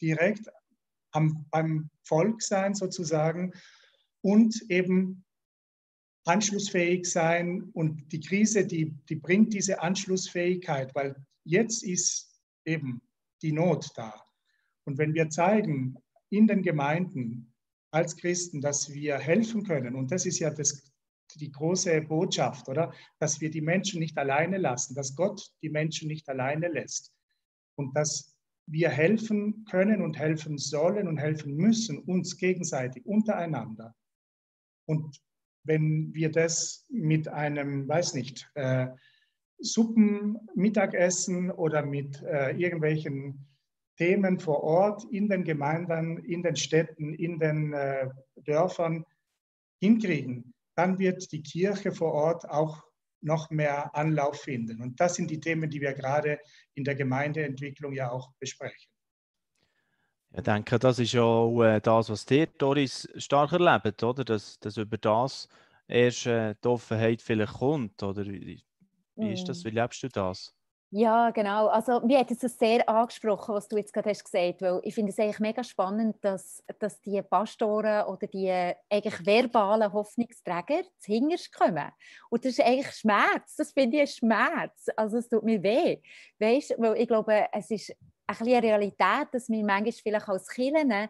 direkt beim Volk sein sozusagen und eben anschlussfähig sein. Und die Krise, die bringt diese Anschlussfähigkeit, weil jetzt ist eben die Not da. Und wenn wir zeigen in den Gemeinden als Christen, dass wir helfen können, und das ist ja die große Botschaft, oder? Dass wir die Menschen nicht alleine lassen, dass Gott die Menschen nicht alleine lässt und dass wir helfen können und helfen sollen und helfen müssen uns gegenseitig untereinander. Und wenn wir das mit einem, weiß nicht, Suppenmittagessen oder mit irgendwelchen Themen vor Ort in den Gemeinden, in den Städten, in den Dörfern hinkriegen, dann wird die Kirche vor Ort auch noch mehr Anlauf finden. Und das sind die Themen, die wir gerade in der Gemeindeentwicklung ja auch besprechen. Ich denke, das ist ja auch das, was ihr, Doris, stark erlebt, oder? Dass über das erst die Offenheit vielleicht kommt, oder wie ist das? Wie lebst du das? Ja, genau. Also mir hat es sehr angesprochen, was du jetzt gerade hast gesagt, weil ich finde es eigentlich mega spannend, dass die Pastoren oder die eigentlich verbalen Hoffnungsträger zuhinterst kommen. Und das ist eigentlich Schmerz. Das finde ich ein Schmerz. Also es tut mir weh. Weißt, weil ich glaube, es ist ein bisschen eine Realität, dass wir manchmal vielleicht als Kirchen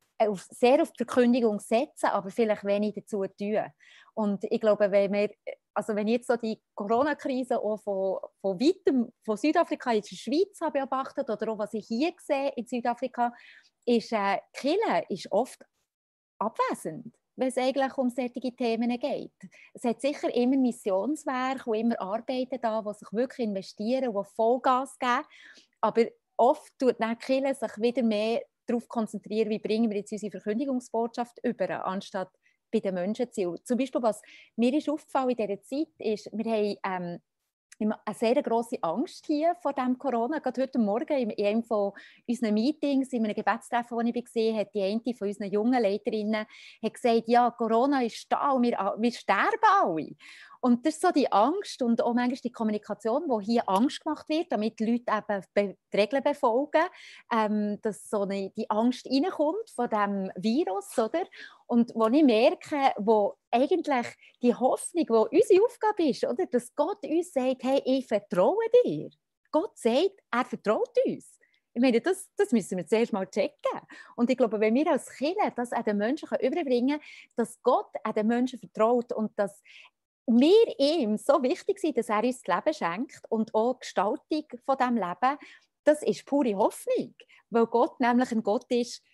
sehr auf die Verkündigung setzen, aber vielleicht wenig dazu tun. Und ich glaube, wenn ich jetzt so die Corona-Krise auch von weitem, von Südafrika in die Schweiz habe beobachtet oder auch was ich hier sehe in Südafrika, ist die Kirche ist oft abwesend, wenn es eigentlich um solche Themen geht. Es hat sicher immer Missionswerke und immer Arbeiten da, die sich wirklich investieren, die Vollgas geben, aber oft tut die Kirche sich wieder mehr darauf konzentrieren, wie bringen wir jetzt unsere Verkündigungsbotschaft über, anstatt bei den Menschen zu sein. Zum Beispiel, was mir ist aufgefallen in dieser Zeit, ist, wir haben eine sehr grosse Angst hier vor dem Corona. Gerade heute Morgen in einem von unseren Meetings, in einem Gebetstreffen, das ich gesehen habe, hat die eine von unseren jungen Leiterinnen gesagt, ja, Corona ist da und wir sterben alle. Und das ist so die Angst und auch manchmal die Kommunikation, wo hier Angst gemacht wird, damit die Leute eben die Regeln befolgen, dass so die Angst reinkommt von diesem Virus, oder? Und wo ich merke, wo eigentlich die Hoffnung, die unsere Aufgabe ist, oder? Dass Gott uns sagt, hey, ich vertraue dir. Gott sagt, er vertraut uns. Ich meine, das müssen wir zuerst mal checken. Und ich glaube, wenn wir als Kirche das an den Menschen überbringen können, dass Gott an den Menschen vertraut und dass wir ihm so wichtig sind, dass er uns das Leben schenkt und auch die Gestaltung von diesem Leben, das ist pure Hoffnung. Weil Gott nämlich ein Gott ist,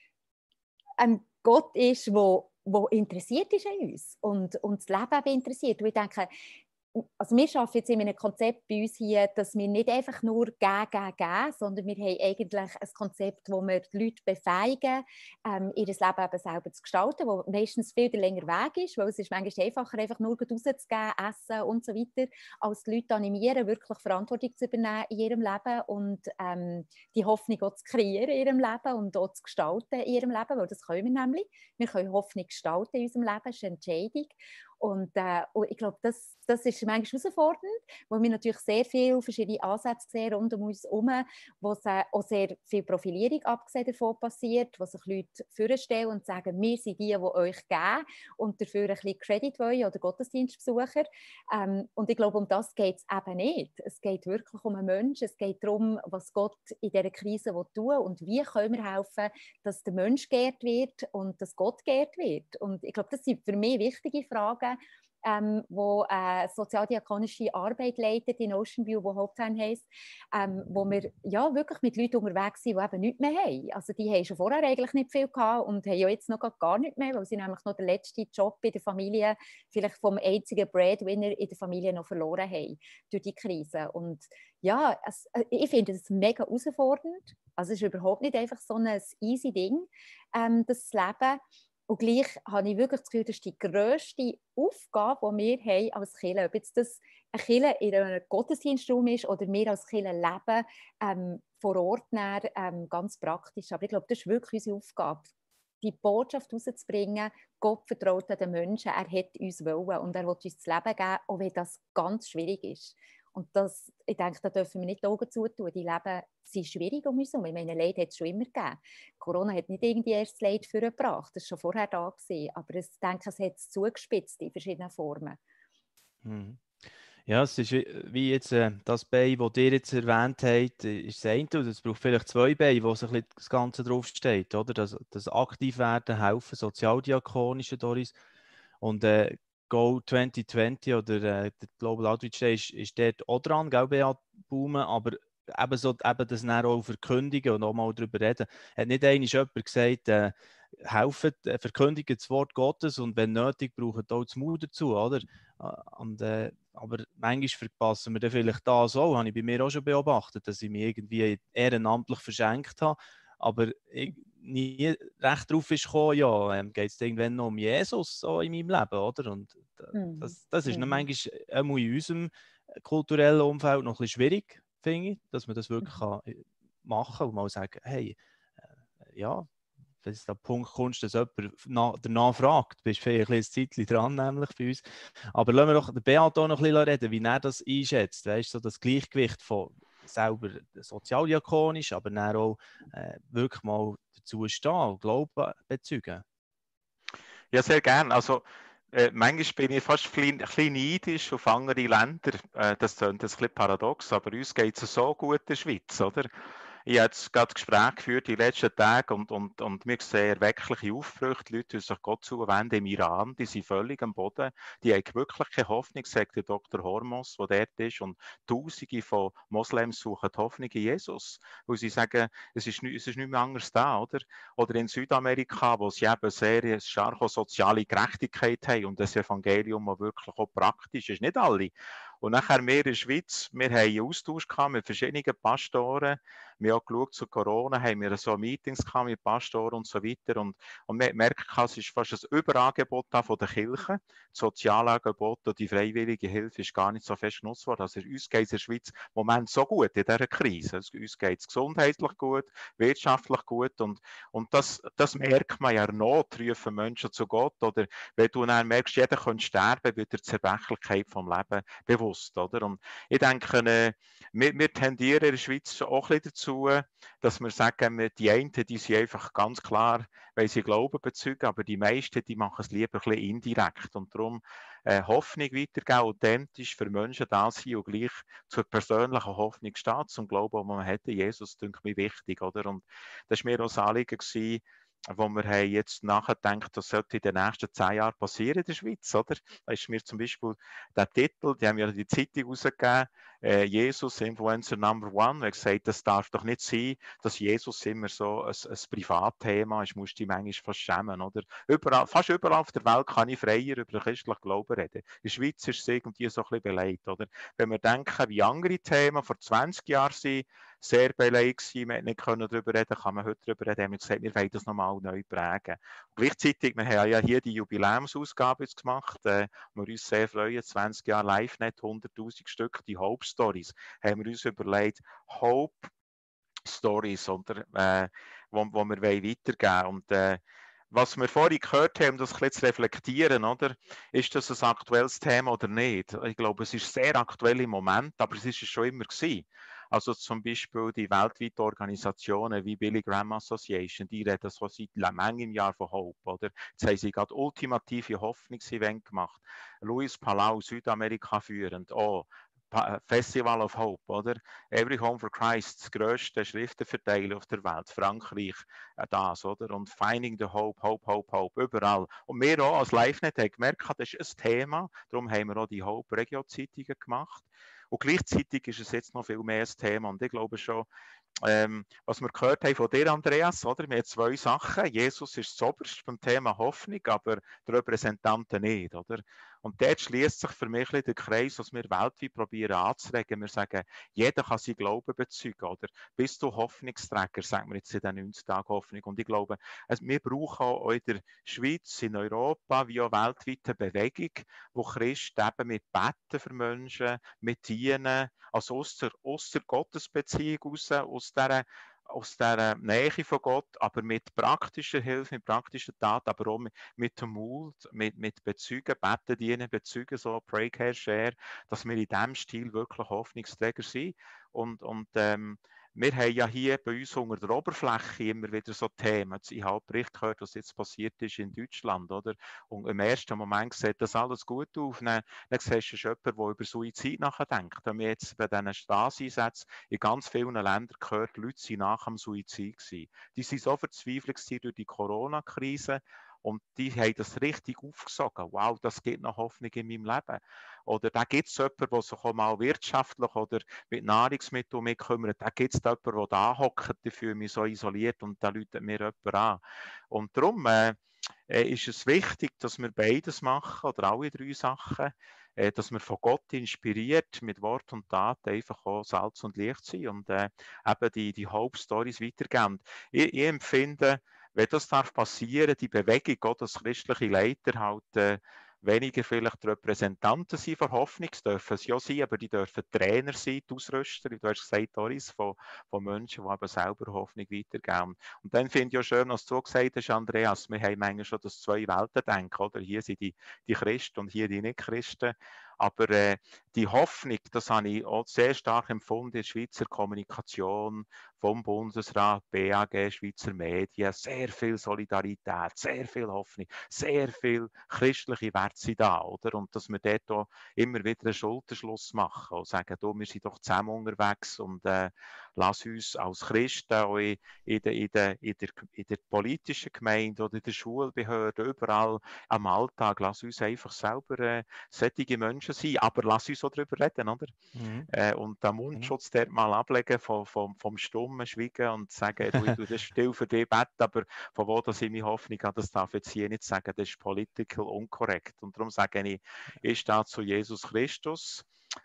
der interessiert ist an uns und das Leben eben interessiert. Und ich denke, also wir arbeiten jetzt in einem Konzept bei uns hier, dass wir nicht einfach nur geben, sondern wir haben eigentlich ein Konzept, wo wir die Leute befähigen, ihr Leben eben selber zu gestalten, wo meistens viel der längere Weg ist, weil es ist manchmal einfacher, einfach nur rauszugehen, essen und so weiter, als die Leute animieren, wirklich Verantwortung zu übernehmen in ihrem Leben und die Hoffnung auch zu kreieren in ihrem Leben und auch zu gestalten in ihrem Leben, weil das können wir nämlich. Wir können Hoffnung gestalten in unserem Leben, das ist eine Entscheidung. Und ich glaube, das ist manchmal herausfordernd, weil wir natürlich sehr viele verschiedene Ansätze sehen rund um uns herum, wo auch sehr viel Profilierung abgesehen davon passiert, wo sich Leute vorstellen und sagen, wir sind die euch geben und dafür ein bisschen Credit wollen oder Gottesdienstbesucher. Und ich glaube, um das geht es eben nicht. Es geht wirklich um einen Menschen, es geht darum, was Gott in dieser Krise tun will und wie können wir helfen, dass der Mensch geehrt wird und dass Gott geehrt wird. Und ich glaube, das sind für mich wichtige Fragen, wo sozialdiakonische Arbeit leitet in Ocean View, wo Hauptheim heisst, wo wir ja wirklich mit Leuten unterwegs sind, die eben nichts mehr haben. Also die haben schon vorher eigentlich nicht viel gehabt und haben ja jetzt noch gar nicht mehr, weil sie nämlich noch den letzten Job in der Familie, vielleicht vom einzigen Breadwinner in der Familie noch verloren haben durch die Krise. Und ja, ich finde es mega herausfordernd. Also es ist überhaupt nicht einfach so ein easy Ding, das Leben. Und gleich habe ich wirklich das Gefühl, das ist die grösste Aufgabe, die wir haben als Kirche. Ob jetzt das eine Kirche in einem Gottesdienstraum ist oder wir als Kirche leben, vor Ort ganz praktisch. Aber ich glaube, das ist wirklich unsere Aufgabe, die Botschaft rauszubringen. Gott vertraut den Menschen, er hat uns wollen und er will uns das Leben geben, auch wenn das ganz schwierig ist. Und das, ich denke, da dürfen wir nicht die Augen zutun. Die Leben sind schwierig um uns herum. Ich meine, Leid hat es schon immer gegeben. Corona hat nicht irgendwie erst das Leid vorgebracht, das war schon vorher da gewesen. Aber ich denke, es hat es zugespitzt in verschiedenen Formen. Mhm. Ja, es ist wie jetzt das Bein, das ihr jetzt erwähnt habt, ist das eine, und es braucht vielleicht zwei Beine, wo so ein bisschen das Ganze draufsteht, oder? Das Aktivwerden, helfen, sozialdiakonische, Doris. Und Go 2020 oder der Global Outreach Day ist dort auch dran, gell, Beat Baumann, aber eben das dann auch verkündigen und auch mal darüber reden. Hat nicht einmal jemand gesagt, helfen, verkündigen das Wort Gottes und wenn nötig, brauchen auch das Mut dazu, oder? Aber manchmal verpassen wir dann vielleicht das auch, habe ich bei mir auch schon beobachtet, dass ich mich irgendwie ehrenamtlich verschenkt habe, aber ich nie recht drauf ist gekommen, ja, geht es irgendwann noch um Jesus so in meinem Leben, oder? Und das ist dann manchmal in unserem kulturellen Umfeld noch ein bisschen schwierig, finde ich, dass man das wirklich kann machen kann und mal sagen, hey, ja, wenn es da Punkt kommst, dass jemand danach fragt, bist du vielleicht ein Zeitchen dran, nämlich bei uns. Aber lassen wir doch den Beat auch noch ein bisschen reden, wie er das einschätzt, weißt du, so das Gleichgewicht von selber sozialdiakonisch, aber dann auch wirklich mal dazu stehen und Glauben bezeugen. Ja, sehr gern. Also manchmal bin ich fast ein bisschen neidisch auf andere Länder. Das klingt ein bisschen paradox, aber uns geht es so gut in der Schweiz, oder? Ich habe jetzt gerade Gespräche geführt die letzten Tage und wir sehen erweckliche Aufbrüche. Die Leute, die sich Gott zuwenden im Iran, die sind völlig am Boden. Die haben wirklich keine Hoffnung, sagt der Dr. Hormos, der dort ist. Und Tausende von Moslems suchen die Hoffnung in Jesus. Weil sie sagen, es ist nicht mehr anders da, oder? Oder in Südamerika, wo sie eben sehr starke soziale Gerechtigkeit haben und das Evangelium, das wirklich auch praktisch ist. Nicht alle. Und nachher wir in der Schweiz, wir haben einen Austausch gehabt mit verschiedenen Pastoren. Wir haben auch geschaut, zu Corona haben wir so Meetings gehabt mit Pastoren und so weiter. Und wir merken, es ist fast ein Überangebot von der Kirche. Das Sozialangebot und die freiwillige Hilfe ist gar nicht so fest genutzt worden. Also uns geht es in der Schweiz im Moment so gut in dieser Krise. Uns geht es gesundheitlich gut, wirtschaftlich gut. Und das merkt man ja, Not rufen Menschen zu Gott. Oder wenn du dann merkst, jeder könnte sterben, wird der Zerbrechlichkeit vom Leben bewusst. Oder? Und ich denke, wir tendieren in der Schweiz auch ein bisschen dazu, dass wir sagen, die einen, die sind einfach ganz klar, weil sie Glauben bezeugen, aber die meisten, die machen es lieber ein bisschen indirekt. Und darum Hoffnung weitergeben, authentisch für Menschen da sein und gleich zur persönlichen Hoffnung stehen, zum Glauben, den man hat in Jesus, denke ich, wichtig. Oder? Und das war mir auch das Anliegen gewesen, wo wir haben jetzt nachgedacht, das sollte in den nächsten 10 Jahren passieren in der Schweiz, oder? Da ist mir zum Beispiel der Titel, die haben ja die Zeitung rausgegeben, Jesus, Influencer Number One, er gesagt, das darf doch nicht sein, dass Jesus immer so ein Privatthema ist, musst du dich manchmal fast schämen, oder? Fast überall auf der Welt kann ich freier über den christlichen Glauben reden. In der Schweiz ist es irgendwie so ein bisschen beleidigt, oder? Wenn wir denken, wie andere Themen vor 20 Jahren sind, sehr beleidigt gewesen, wir nicht darüber reden, kann man heute darüber reden, haben wir gesagt, wir wollen das nochmal neu prägen. Und gleichzeitig, wir haben ja hier die Jubiläumsausgabe jetzt gemacht, wir uns sehr freuen, 20 Jahre LiveNet, 100'000 Stück, die Hope Stories, haben wir uns überlegt, Hope Stories, oder, wo wir weitergeben wollen. Und was wir vorhin gehört haben, das ein bisschen zu reflektieren, oder? Ist das ein aktuelles Thema oder nicht? Ich glaube, es ist sehr aktuell im Moment, aber es ist es schon immer gewesen. Also zum Beispiel die weltweiten Organisationen wie Billy Graham Association, die reden so seit langem Jahr von Hope, oder? Jetzt haben sie gerade ultimative Hoffnungsevent gemacht. Luis Palau, Südamerika führend, Festival of Hope, oder? Every Home for Christ, das grösste Schriftenverteiler auf der Welt, Frankreich, das, oder? Und Finding the Hope, Hope, Hope, Hope, überall. Und wir auch als LiveNet haben gemerkt, das ist ein Thema, darum haben wir auch die Hope-Regio-Zeitungen gemacht. Und gleichzeitig ist es jetzt noch viel mehr ein Thema. Und ich glaube schon, was wir gehört haben von dir, Andreas, oder? Wir haben 2 Sachen. Jesus ist das Oberste beim Thema Hoffnung, aber die Repräsentanten nicht, oder? Und dort schließt sich für mich der Kreis, was wir weltweit probieren anzuregen. Wir sagen, jeder kann seinen Glauben bezeugen, oder? Bist du Hoffnungsträger, sagen wir jetzt in den 90 Tagen Hoffnung. Und ich glaube, wir brauchen auch in der Schweiz, in Europa, wie auch weltweit eine Bewegung, wo Christen eben mit Beten für Menschen, mit Dienen, also aus der Gottesbeziehung raus, aus dieser aus dieser Nähe von Gott, aber mit praktischer Hilfe, mit praktischen Taten, aber auch mit dem Mut, mit Bezeugen, beten, dienen, bezeugen, so Pray, Care, Share, dass wir in diesem Stil wirklich Hoffnungsträger sind. Und wir haben ja hier bei uns unter der Oberfläche immer wieder so Themen. Ich habe einen Bericht gehört, was jetzt passiert ist in Deutschland, oder? Und im ersten Moment sieht das alles gut auf. Dann siehst du jemanden, der über Suizid nachdenkt. Wenn wir jetzt bei diesen Straßeneinsätzen in ganz vielen Ländern gehört, die Leute sind nach dem Suizid gewesen. Die sind so verzweifelt durch die Corona-Krise. Und die haben das richtig aufgesogen. Wow, das gibt noch Hoffnung in meinem Leben. Oder da gibt es jemanden, der sich auch mal wirtschaftlich oder mit Nahrungsmitteln mit kümmert. Da gibt es jemanden, der da hockt, der fühlt mich so isoliert und da läutet mir jemand an. Und darum ist es wichtig, dass wir beides machen, oder alle drei Sachen, dass wir von Gott inspiriert mit Wort und Tat einfach auch Salz und Licht sind und eben die Hope-Stories weitergeben. Ich empfinde, wenn das darf passieren, die Bewegung, Gott als christliche Leiter halt weniger vielleicht die Repräsentanten sein von Hoffnung, das dürfen sie ja sein, aber die dürfen Trainer sein, die Ausrüster, wie du hast gesagt, Doris, von Menschen, die eben selber Hoffnung weitergeben. Und dann finde ich ja schön, was du gesagt hast, Andreas, wir haben manchmal schon das Zwei-Welten-Denken, oder? Hier sind die Christen und hier die Nicht-Christen. Aber die Hoffnung, das habe ich auch sehr stark empfunden in der Schweizer Kommunikation, vom Bundesrat, BAG, Schweizer Medien, sehr viel Solidarität, sehr viel Hoffnung, sehr viel christliche Werte sind da, oder? Und dass wir dort auch immer wieder einen Schulterschluss machen und sagen, du, wir sind doch zusammen unterwegs und lass uns als Christen auch in der politischen Gemeinde oder in der Schulbehörde, überall am Alltag, lass uns einfach selber solche Menschen sein, aber lass uns auch darüber reden, oder? Und den Mundschutz dort mal ablegen vom stummen Schweigen und sagen, du, ich tue das still für dich beten, aber von wo das ich meine Hoffnung habe, das darf ich jetzt hier nicht sagen, das ist political unkorrekt. Und darum sage ich stehe zu Jesus Christus.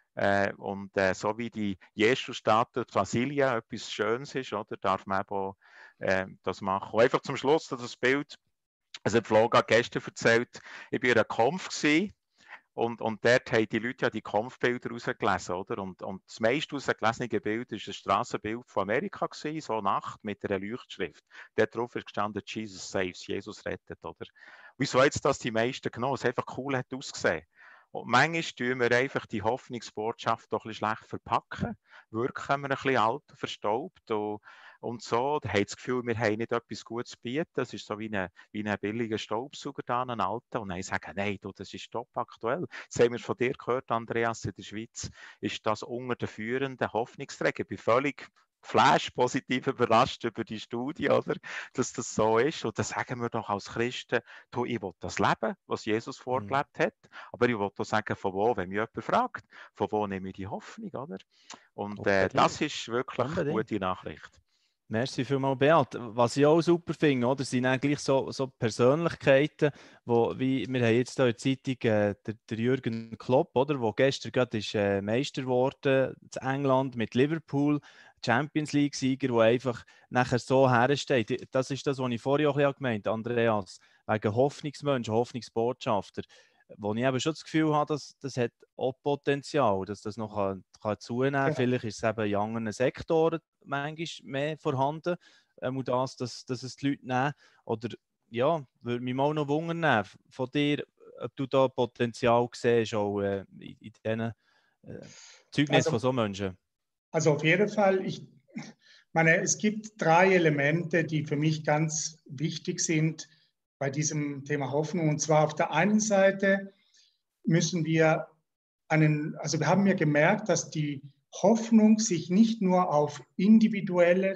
Und so wie die Jesus-Statue Brasilien etwas Schönes ist, oder, darf man eben auch das machen. Und einfach zum Schluss das Bild, also Flo hat gestern erzählt, ich war in einem Kampf gewesen, und dort haben die Leute ja die Kampfbilder rausgelesen, oder? Und das meiste rausgelesene Bild war ein Strassenbild von Amerika gewesen, so Nacht mit einer Leuchtschrift. Dort drauf ist gestanden, Jesus saves, Jesus rettet, oder? Wieso jetzt das die meisten genommen? Es einfach cool hat ausgesehen. Und manchmal tun wir einfach die Hoffnungsbotschaft doch ein bisschen schlecht verpacken, wirken wir ein bisschen alt, verstaubt und so. Da haben das Gefühl, wir haben nicht etwas Gutes zu bieten. Das ist so wie ein billiger Staubsauger da, ein alter. Und dann sagen, nein, du, das ist top aktuell. Jetzt haben wir von dir gehört, Andreas, in der Schweiz ist das unter den führenden Hoffnungsträgern. Ich bin völlig Flash positiv überrascht über die Studie, oder? Dass das so ist. Und dann sagen wir doch als Christen, du, ich will das leben, was Jesus vorgelebt hat. Aber ich will auch sagen, von wo, wenn mich jemand fragt, von wo nehme ich die Hoffnung, oder? Und das ist wirklich eine gute Nachricht. Merci vielmals, Beat. Was ich auch super finde, oder, sind eigentlich so Persönlichkeiten, wie wir haben jetzt hier in der Zeitung der Jürgen Klopp, oder, der gestern gerade ist, Meister geworden in England mit Liverpool, Champions League-Sieger, der einfach nachher so hersteht. Das ist das, was ich vorher auch gemeint habe, Andreas, wegen Hoffnungsmenschen, Hoffnungsbotschafter, wo ich eben schon das Gefühl habe, das hat auch Potenzial, dass das noch kann zunehmen kann. Ja. Vielleicht ist es eben in anderen Sektoren manchmal mehr vorhanden, dass es die Leute nehmen. Oder ja, würde mich mal noch wundern von dir, ob du da Potenzial siehst, auch in diesen Zeugnissen von so Menschen. Also auf jeden Fall, ich meine, es gibt 3 Elemente, die für mich ganz wichtig sind bei diesem Thema Hoffnung. Und zwar auf der einen Seite müssen wir also wir haben ja gemerkt, dass die Hoffnung sich nicht nur auf individuelle,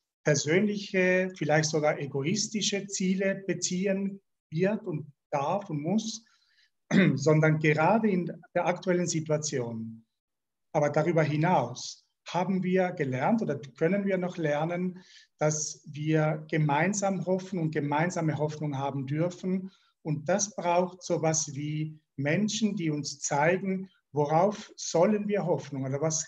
persönliche, vielleicht sogar egoistische Ziele beziehen wird und darf und muss, sondern gerade in der aktuellen Situation. Aber darüber hinaus haben wir gelernt oder können wir noch lernen, dass wir gemeinsam hoffen und gemeinsame Hoffnung haben dürfen. Und das braucht so etwas wie Menschen, die uns zeigen, worauf sollen wir hoffen oder was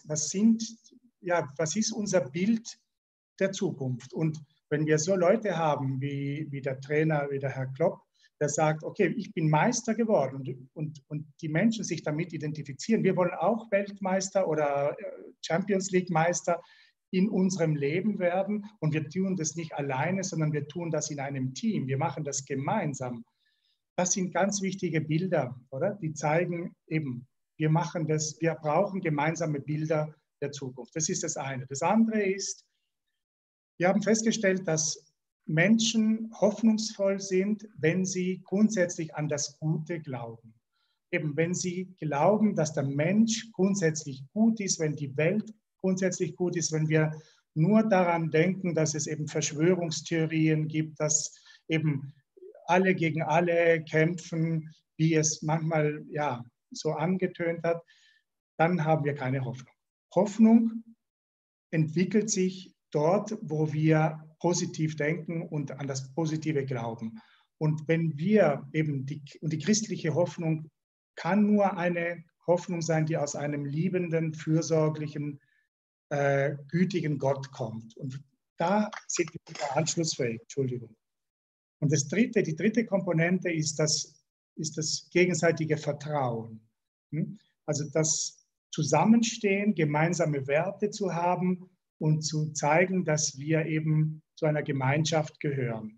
ist unser Bild der Zukunft. Und wenn wir so Leute haben wie der Trainer, wie der Herr Klopp, der sagt, okay, ich bin Meister geworden und die Menschen sich damit identifizieren. Wir wollen auch Weltmeister oder Champions League Meister. in unserem Leben werden. Und wir tun das nicht alleine, sondern wir tun das in einem Team. Wir machen das gemeinsam. Das sind ganz wichtige Bilder, oder? Die zeigen eben, wir machen das, wir brauchen gemeinsame Bilder der Zukunft. Das ist das eine. Das andere ist, wir haben festgestellt, dass Menschen hoffnungsvoll sind, wenn sie grundsätzlich an das Gute glauben. Eben, wenn sie glauben, dass der Mensch grundsätzlich gut ist, wenn die Welt grundsätzlich gut ist, wenn wir nur daran denken, dass es eben Verschwörungstheorien gibt, dass eben alle gegen alle kämpfen, wie es manchmal ja so angetönt hat, dann haben wir keine Hoffnung. Hoffnung entwickelt sich dort, wo wir positiv denken und an das Positive glauben. Und wenn wir eben die christliche Hoffnung kann nur eine Hoffnung sein, die aus einem liebenden, fürsorglichen, gütigen Gott kommt. Und da sind wir anschlussfähig. Entschuldigung. Und die dritte Komponente ist das gegenseitige Vertrauen. Also das Zusammenstehen, gemeinsame Werte zu haben und zu zeigen, dass wir eben zu einer Gemeinschaft gehören.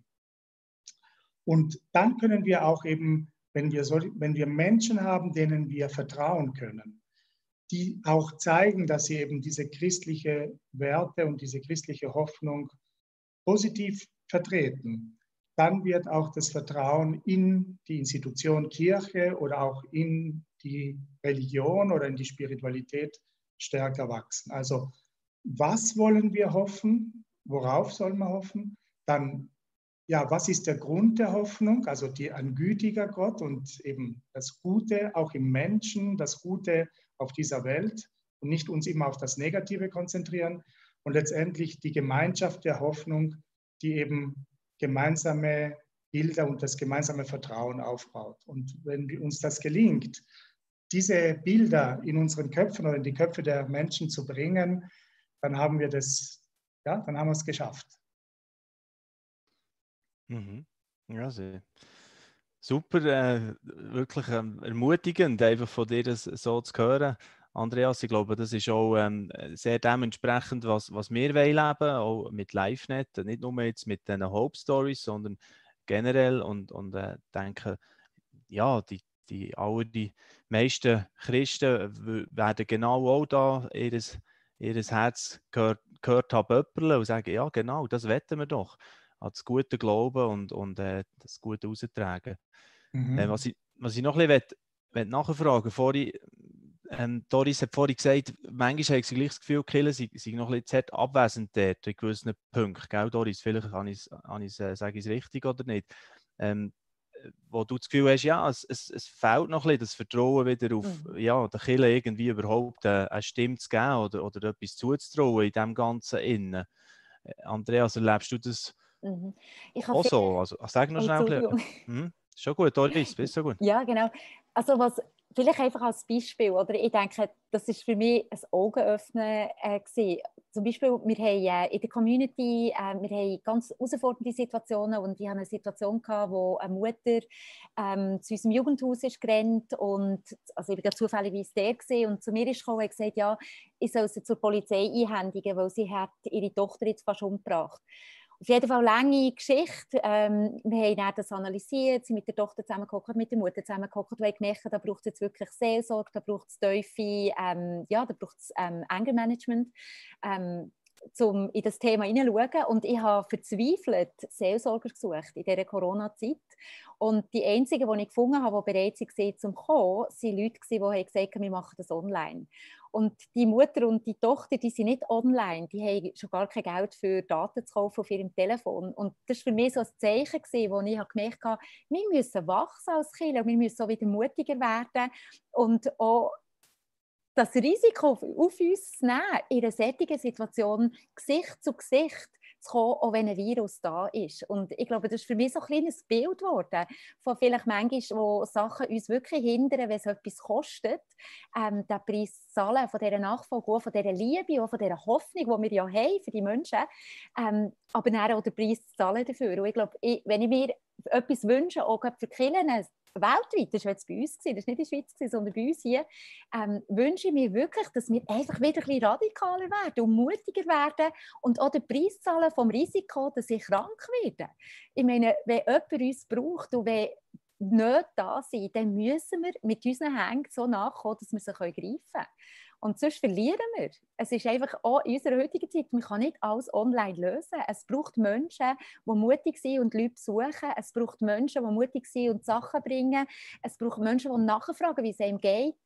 Und dann können wir auch eben, wenn wir Menschen haben, denen wir vertrauen können, die auch zeigen, dass sie eben diese christliche Werte und diese christliche Hoffnung positiv vertreten, dann wird auch das Vertrauen in die Institution Kirche oder auch in die Religion oder in die Spiritualität stärker wachsen. Also was wollen wir hoffen? Worauf sollen wir hoffen? Dann, ja, was ist der Grund der Hoffnung? Also ein gütiger Gott und eben das Gute auch im Menschen, das Gute auf dieser Welt und nicht uns immer auf das Negative konzentrieren. Und letztendlich die Gemeinschaft der Hoffnung, die eben gemeinsame Bilder und das gemeinsame Vertrauen aufbaut. Und wenn uns das gelingt, diese Bilder in unseren Köpfen oder in die Köpfe der Menschen zu bringen, dann haben wir es geschafft. Mhm. Ja, sehr. Super, wirklich ermutigend, einfach von dir das so zu hören. Andreas, ich glaube, das ist auch sehr dementsprechend, was wir leben wollen, auch mit LiveNet, nicht nur jetzt mit den Hope Stories, sondern generell und denke, ja, die meisten Christen werden genau auch da ihr Herz gehört haben böpperle und sagen, ja genau, das wetten wir doch, an das gute Glauben und das Gute raustragen. Was ich noch ein bisschen nachfragen möchte, Doris hat vorhin gesagt, manchmal habe ich gleich das Gefühl, die Kirche sei noch ein bisschen abwesend dort in gewissen Punkten. Gell, Doris? Vielleicht sage ich es richtig oder nicht. Wo du das Gefühl hast, ja, es fehlt noch ein bisschen das Vertrauen wieder auf ja, der Kirche irgendwie überhaupt eine Stimme zu geben oder etwas zuzutrauen in dem Ganzen innen. Andreas, erlebst du das auch so? Also, sag noch schnell. Schon gut, Doris, bist so gut. Ja, genau. Also vielleicht einfach als Beispiel, oder ich denke, das ist für mich ein Augenöffnen gewesen. Zum Beispiel, wir haben in der Community, wir haben ganz herausfordernde Situationen und ich hatte eine Situation gehabt, wo eine Mutter zu unserem Jugendhaus ist gerannt und also ich war zufälligerweise der gewesen, und zu mir ist gekommen und hat gesagt, ja, ich soll sie zur Polizei einhändigen, weil sie hat ihre Tochter jetzt fast umgebracht. Auf jeden Fall eine lange Geschichte. Wir haben dann das analysiert, sind mit der Tochter zusammengeguckt, mit der Mutter zusammengeguckt und haben gemerkt, da braucht es jetzt wirklich Seelsorge, da braucht es tiefe, da braucht es Anger-Management, um in das Thema hineinzuschauen. Und ich habe verzweifelt Seelsorger gesucht in dieser Corona-Zeit. Und die einzigen, die ich gefunden habe, die bereit waren, zum kommen, waren Leute, die gesagt haben, wir machen das online. Und die Mutter und die Tochter, die sind nicht online, die haben schon gar kein Geld für Daten zu kaufen auf ihrem Telefon. Und das war für mich so ein Zeichen, wo ich gemerkt habe, wir müssen wachsen als Kirche, wir müssen auch wieder mutiger werden und auch das Risiko auf uns zu nehmen, in einer solchen Situation Gesicht zu Gesicht zu kommen, auch wenn ein Virus da ist. Und ich glaube, das ist für mich so ein kleines Bild geworden, von vielleicht manchmal, wo Sachen uns wirklich hindern, wenn es etwas kostet, den Preis zu zahlen, von dieser Nachfolge, auch von dieser Liebe, auch von dieser Hoffnung, die wir ja haben für die Menschen, aber dann auch den Preis zu zahlen dafür. Und ich glaube, wenn ich mir etwas wünsche, auch für die Kirchen, weltweit, das war jetzt bei uns, das war nicht in der Schweiz, sondern bei uns hier, wünsche ich mir wirklich, dass wir einfach wieder ein bisschen radikaler werden und mutiger werden und auch den Preis zahlen vom Risiko, dass ich krank werde. Ich meine, wenn jemand uns braucht und wenn nicht da sind, dann müssen wir mit unseren Händen so nachkommen, dass wir sie greifen können. Und sonst verlieren wir. Es ist einfach auch in unserer heutigen Zeit, man kann nicht alles online lösen. Es braucht Menschen, die mutig sind und Leute besuchen. Es braucht Menschen, die mutig sind und Sachen bringen. Es braucht Menschen, die nachfragen, wie es einem geht.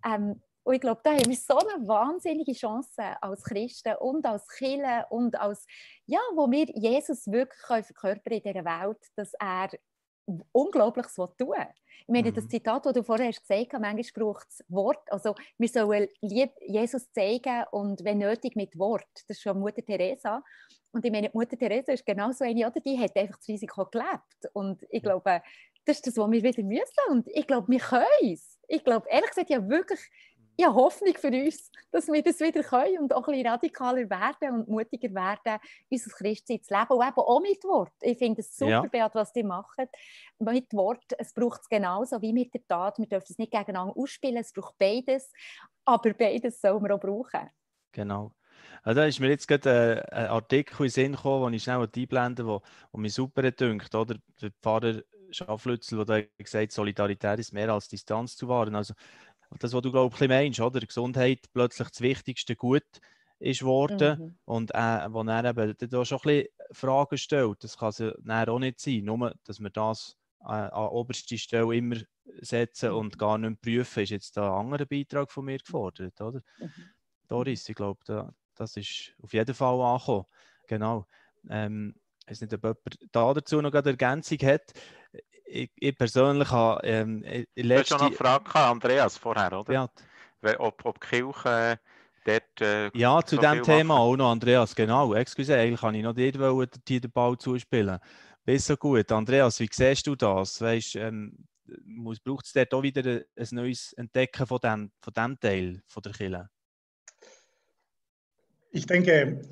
Und ich glaube, da haben wir so eine wahnsinnige Chance als Christen und als Kirche und als, ja, wo wir Jesus wirklich verkörpern in dieser Welt, dass er Unglaubliches tun will. Ich meine, das Zitat, das du vorher hast gesagt hast, manchmal braucht es Wort. Also, wir sollen Jesus zeigen und wenn nötig mit Wort. Das ist schon Mutter Teresa. Und ich meine, Mutter Teresa ist genau so eine, oder? Die hat einfach das Risiko gelebt. Und ich glaube, das ist das, was wir wieder müssen. Und ich glaube, wir können es. Ich glaube, ehrlich gesagt, ja wirklich, ich habe Hoffnung für uns, dass wir das wieder können und auch ein bisschen radikaler werden und mutiger werden, unser Christsein zu leben. Und eben auch mit Wort. Ich finde es super, Beat, was die machen. Mit Wort, es braucht es genauso wie mit der Tat. Wir dürfen es nicht gegeneinander ausspielen, es braucht beides. Aber beides sollen wir auch brauchen. Genau. Also da ist mir jetzt gerade ein Artikel in den Sinn gekommen, den ich schnell einblenden will, der mich super dünkt. Oder? Der Pfarrer Schafflützel, der gesagt hat, Solidarität ist mehr als Distanz zu wahren. Also das, was du, glaube ich, meinst, oder? Gesundheit plötzlich das wichtigste Gut ist geworden und wo er eben da schon ein bisschen Fragen stellt. Das kann es ja auch nicht sein, nur dass wir das an oberste Stelle immer setzen und gar nicht prüfen, ist jetzt da ein anderer Beitrag von mir gefordert, oder? Doris, ich glaube, das ist auf jeden Fall angekommen. Genau. Ich weiß nicht, ob jemand da dazu noch eine Ergänzung hat. Ich persönlich habe Du hast schon noch eine Frage gehabt, Andreas, vorher, oder? Ja. Ob die Kirche dort ja, zu so diesem Thema machen. auch noch, Andreas, genau. Excuse, eigentlich kann ich noch dir den Ball zuspielen. Bist so gut. Andreas, wie siehst du das? Weißt, braucht es dort auch wieder ein neues Entdecken von dem Teil von der Kirche? Ich denke,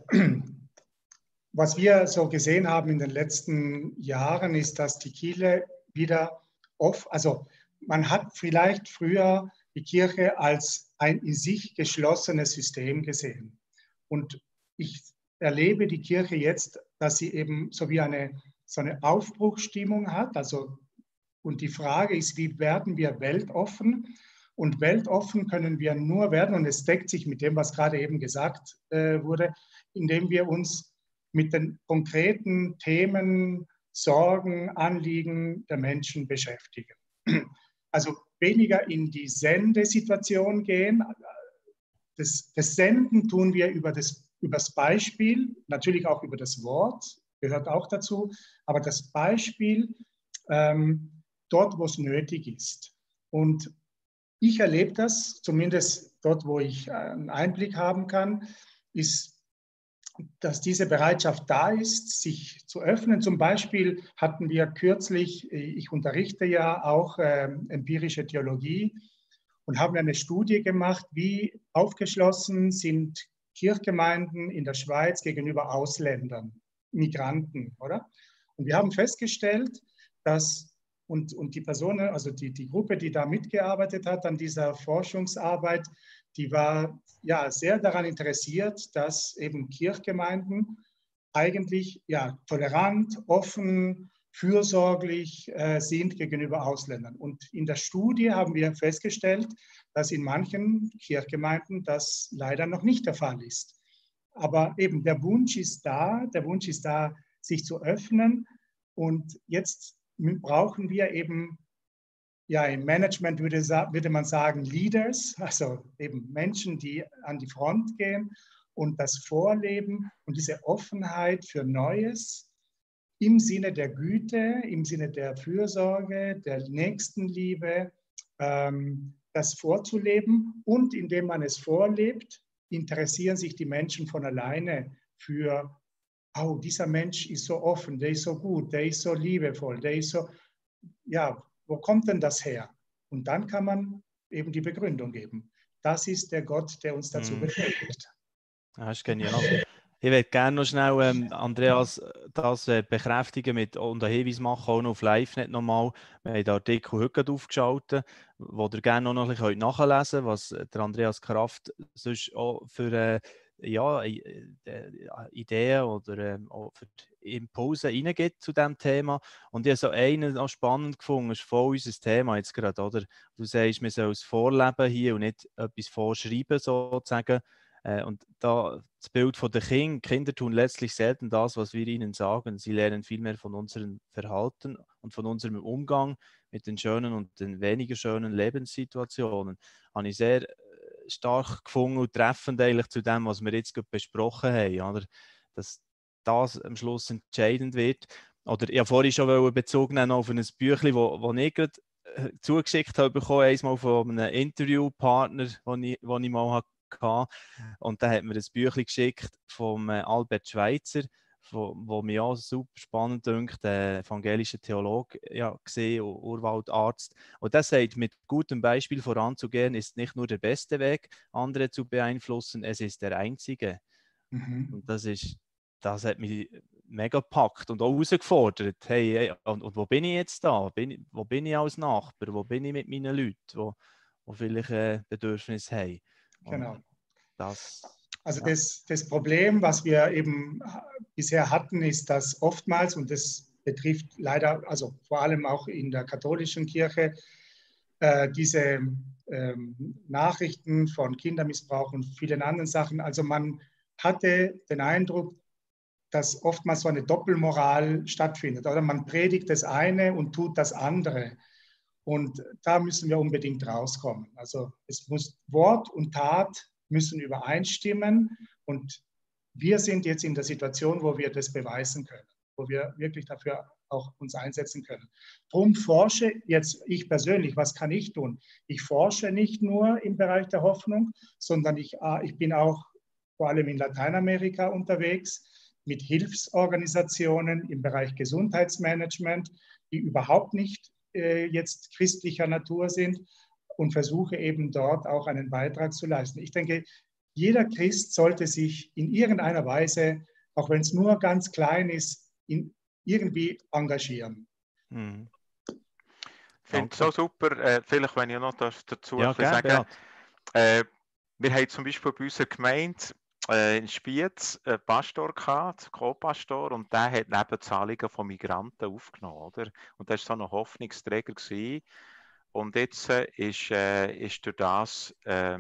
was wir so gesehen haben in den letzten Jahren, ist, dass die Kirche wieder also man hat vielleicht früher die Kirche als ein in sich geschlossenes System gesehen. Und ich erlebe die Kirche jetzt, dass sie eben so wie so eine Aufbruchsstimmung hat. Also, und die Frage ist, wie werden wir weltoffen? Und weltoffen können wir nur werden, und es deckt sich mit dem, was gerade eben gesagt wurde, indem wir uns mit den konkreten Themen, Sorgen, Anliegen der Menschen beschäftigen. Also weniger in die Sendesituation gehen. Das Senden tun wir über das Beispiel, natürlich auch über das Wort, gehört auch dazu, aber das Beispiel dort, wo es nötig ist. Und ich erlebe das, zumindest dort, wo ich einen Einblick haben kann, ist, dass diese Bereitschaft da ist, sich zu öffnen. Zum Beispiel hatten wir kürzlich, ich unterrichte ja auch empirische Theologie und haben eine Studie gemacht, wie aufgeschlossen sind Kirchgemeinden in der Schweiz gegenüber Ausländern, Migranten, oder? Und wir haben festgestellt, dass und die Person, also die Gruppe, die da mitgearbeitet hat an dieser Forschungsarbeit, die war ja sehr daran interessiert, dass eben Kirchgemeinden eigentlich ja tolerant, offen, fürsorglich sind gegenüber Ausländern. Und in der Studie haben wir festgestellt, dass in manchen Kirchgemeinden das leider noch nicht der Fall ist. Aber eben der Wunsch ist da, sich zu öffnen. Und jetzt brauchen wir eben, ja, im Management würde man sagen, Leaders, also eben Menschen, die an die Front gehen und das vorleben und diese Offenheit für Neues im Sinne der Güte, im Sinne der Fürsorge, der Nächstenliebe, das vorzuleben. Und indem man es vorlebt, interessieren sich die Menschen von alleine für, oh, dieser Mensch ist so offen, der ist so gut, der ist so liebevoll, der ist so, ja, wo kommt denn das her? Und dann kann man eben die Begründung geben. Das ist der Gott, der uns dazu befähigt. Das ist genial. Ich würde gerne noch schnell, Andreas, das bekräftigen und einen Hinweis machen, auch noch auf LiveNet nochmal. Wir haben den Artikel heute aufgeschaltet, wo ihr gerne noch ein bisschen nachlesen könnt, was der Andreas Kraft sonst auch für Ideen oder auch für Impulse reingibt zu diesem Thema. Und ich habe so einen noch spannend gefunden, das ist voll unser Thema jetzt gerade, oder? Du sagst, wir sollen es vorleben hier und nicht etwas vorschreiben, sozusagen. Und da das Bild von den Kindern, Kinder tun letztlich selten das, was wir ihnen sagen. Sie lernen vielmehr von unserem Verhalten und von unserem Umgang mit den schönen und den weniger schönen Lebenssituationen. Habe ich sehr stark gefunden und treffend eigentlich zu dem, was wir jetzt gerade besprochen haben. Oder? Dass das am Schluss entscheidend wird. Oder ich habe vorhin schon Bezug nehmen auf ein Büchlein, das ich gerade zugeschickt habe bekommen, einmal von einem Interviewpartner, den ich mal hatte. Und dann hat mir ein Büchlein geschickt vom Albert Schweitzer, wo mir auch super spannend dünkt, der evangelische Theologe gesehen, Urwaldarzt. Und der sagt, mit gutem Beispiel voranzugehen, ist nicht nur der beste Weg, andere zu beeinflussen, es ist der einzige. Und das hat mich mega gepackt und auch herausgefordert. Hey, und wo bin ich jetzt da? Wo bin ich als Nachbar? Wo bin ich mit meinen Leuten, die vielleicht Bedürfnisse haben? Genau. Also ja. das Problem, was wir eben bisher hatten, ist, dass oftmals, und das betrifft leider, also vor allem auch in der katholischen Kirche, diese Nachrichten von Kindermissbrauch und vielen anderen Sachen, also man hatte den Eindruck, dass oftmals so eine Doppelmoral stattfindet. Oder man predigt das eine und tut das andere. Und da müssen wir unbedingt rauskommen. Also es muss Wort und Tat müssen übereinstimmen. Und wir sind jetzt in der Situation, wo wir das beweisen können, wo wir wirklich dafür auch uns einsetzen können. Drum forsche jetzt ich persönlich, was kann ich tun? Ich forsche nicht nur im Bereich der Hoffnung, sondern ich bin auch vor allem in Lateinamerika unterwegs mit Hilfsorganisationen im Bereich Gesundheitsmanagement, die überhaupt nicht jetzt christlicher Natur sind und versuche eben dort auch einen Beitrag zu leisten. Ich denke, jeder Christ sollte sich in irgendeiner Weise, auch wenn es nur ganz klein ist, irgendwie engagieren. Ich finde es so super, vielleicht wenn ich noch dazu sagen, wir haben zum Beispiel bei unserer Gemeinde in Spiez einen Pastor gehabt, Co-Pastor, und der hat Nebenzahlungen von Migranten aufgenommen, oder? Und das war so ein Hoffnungsträger gewesen. Und jetzt ist durch das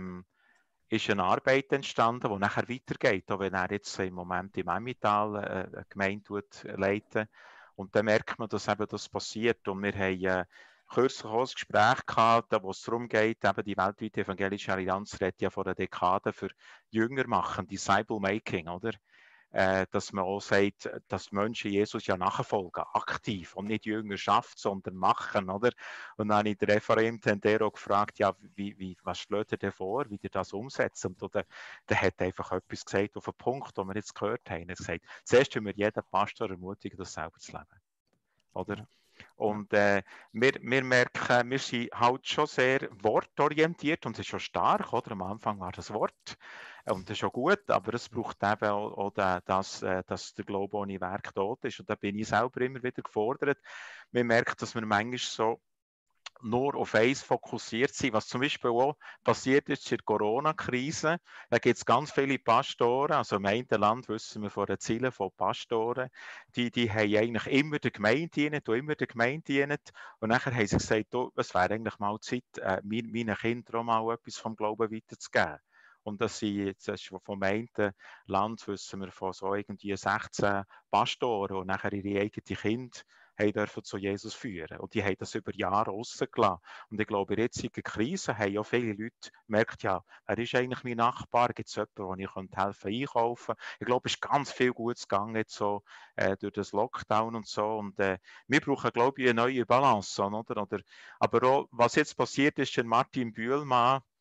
ist eine Arbeit entstanden, die nachher weitergeht, auch wenn er jetzt im Moment im Emmental eine Gemeinde leitet. Und dann merkt man, dass eben das passiert. Und wir haben kürzlich auch ein Gespräch gehabt, wo es darum geht, eben die weltweite evangelische Allianz redet ja vor einer Dekade für Jünger machen, Disciple Making, oder? Dass man auch sagt, dass Menschen Jesus ja nachfolgen, aktiv und nicht Jüngerschaft, sondern machen, oder? Und dann habe ich den Referent Tendero gefragt, ja, was schlägt er denn vor, wie ihr das umsetzt? Und der hat einfach etwas gesagt auf den Punkt, den wir jetzt gehört haben. Er hat gesagt, zuerst müssen wir jeden Pastor ermutigen, das selber zu leben, oder? Ja. Und wir merken, wir sind halt schon sehr wortorientiert und es ist schon stark, oder? Am Anfang war das Wort und das ist schon gut, aber es braucht eben auch dass der Glaube ohne Werk tot ist. Und da bin ich selber immer wieder gefordert. Wir merken, dass wir manchmal so nur auf eins fokussiert sind, was zum Beispiel auch passiert ist in der Corona-Krise. Da gibt es ganz viele Pastoren, also im einen Land wissen wir von den Zielen von Pastoren, die haben eigentlich immer der Gemeinde gedient und nachher haben sie gesagt, es wäre eigentlich mal Zeit, meinen Kindern auch mal etwas vom Glauben weiterzugeben. Und das ist vom einen Land, wissen wir, von so irgendwie 16 Pastoren, die nachher ihre eigenen Kinder dürfen zu Jesus führen. Und die haben das über Jahre rausgelassen. Und ich glaube, in der jetzigen Krise haben ja viele Leute gemerkt, ja, wer ist eigentlich mein Nachbar? Gibt es jemanden, dem ich helfen einkaufen? Ich glaube, es ist ganz viel Gutes gegangen jetzt so, durch das Lockdown und so. Und wir brauchen, glaube ich, eine neue Balance. Oder? Aber auch, was jetzt passiert ist, der Martin Bühlmann,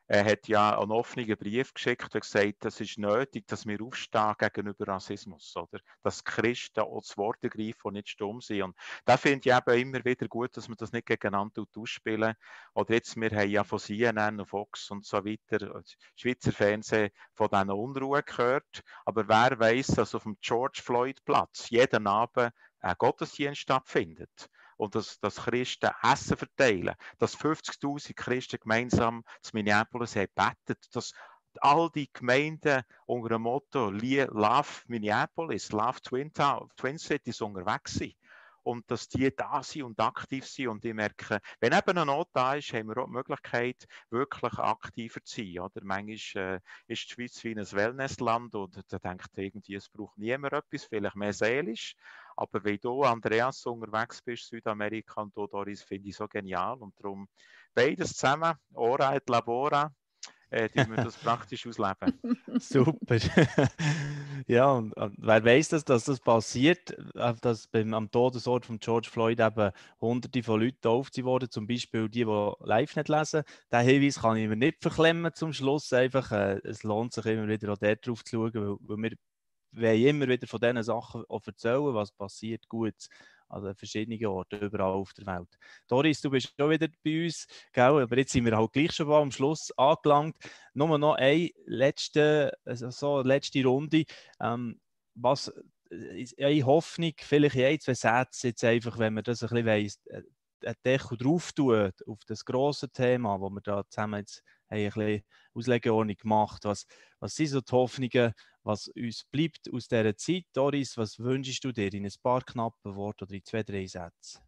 Er hat ja einen offenen Brief geschickt und gesagt, es ist nötig, dass wir aufstehen gegenüber Rassismus, oder? Dass Christen auch das Wort ergreifen und nicht stumm sind. Und da finde ich eben immer wieder gut, dass man das nicht gegeneinander ausspielen. Oder jetzt, wir haben ja von CNN und Fox und so weiter, Schweizer Fernsehen, von diesen Unruhe gehört. Aber wer weiß, dass auf dem George Floyd Platz jeden Abend ein Gottesdienst stattfindet und dass Christen Essen verteilen, dass 50.000 Christen gemeinsam zu Minneapolis haben gebetet, dass all die Gemeinden unter dem Motto Love Minneapolis, Love Twin Cities unterwegs sind. Und dass die da sind und aktiv sind. Und ich merke, wenn eben eine Not da ist, haben wir auch die Möglichkeit, wirklich aktiver zu sein. Oder? Manchmal ist die Schweiz wie ein Wellnessland und da denkt irgendwie, es braucht niemand etwas, vielleicht mehr seelisch. Aber wenn du, Andreas, unterwegs bist, Südamerika und du, Doris, finde ich so genial. Und darum beides zusammen, Ora et Labora, tun wir das praktisch ausleben. Super. Ja, und wer weiß, dass das passiert, dass am Todesort von George Floyd eben Hunderte von Leuten getauft wurden, zum Beispiel die live nicht lesen. Den Hinweis kann ich mir nicht verklemmen zum Schluss. Einfach, es lohnt sich immer wieder auch dort drauf zu schauen, weil wir wollen immer wieder von diesen Sachen auch erzählen, was passiert, gut. Also verschiedene Orte, überall auf der Welt. Doris, du bist schon wieder bei uns, gell? Aber jetzt sind wir halt gleich schon mal am Schluss angelangt. Nur noch eine letzte Runde. Was eine Hoffnung, vielleicht in ein, zwei Sätze jetzt einfach, wenn man das ein bisschen weiss, einen Deckel drauf tun auf das grosse Thema, wo wir da zusammen jetzt ein bisschen Auslegeordnung gemacht. Was sind so die Hoffnungen, was uns bleibt aus dieser Zeit? Doris, was wünschst du dir in ein paar knappen Worten oder in 2, 3 Sätzen?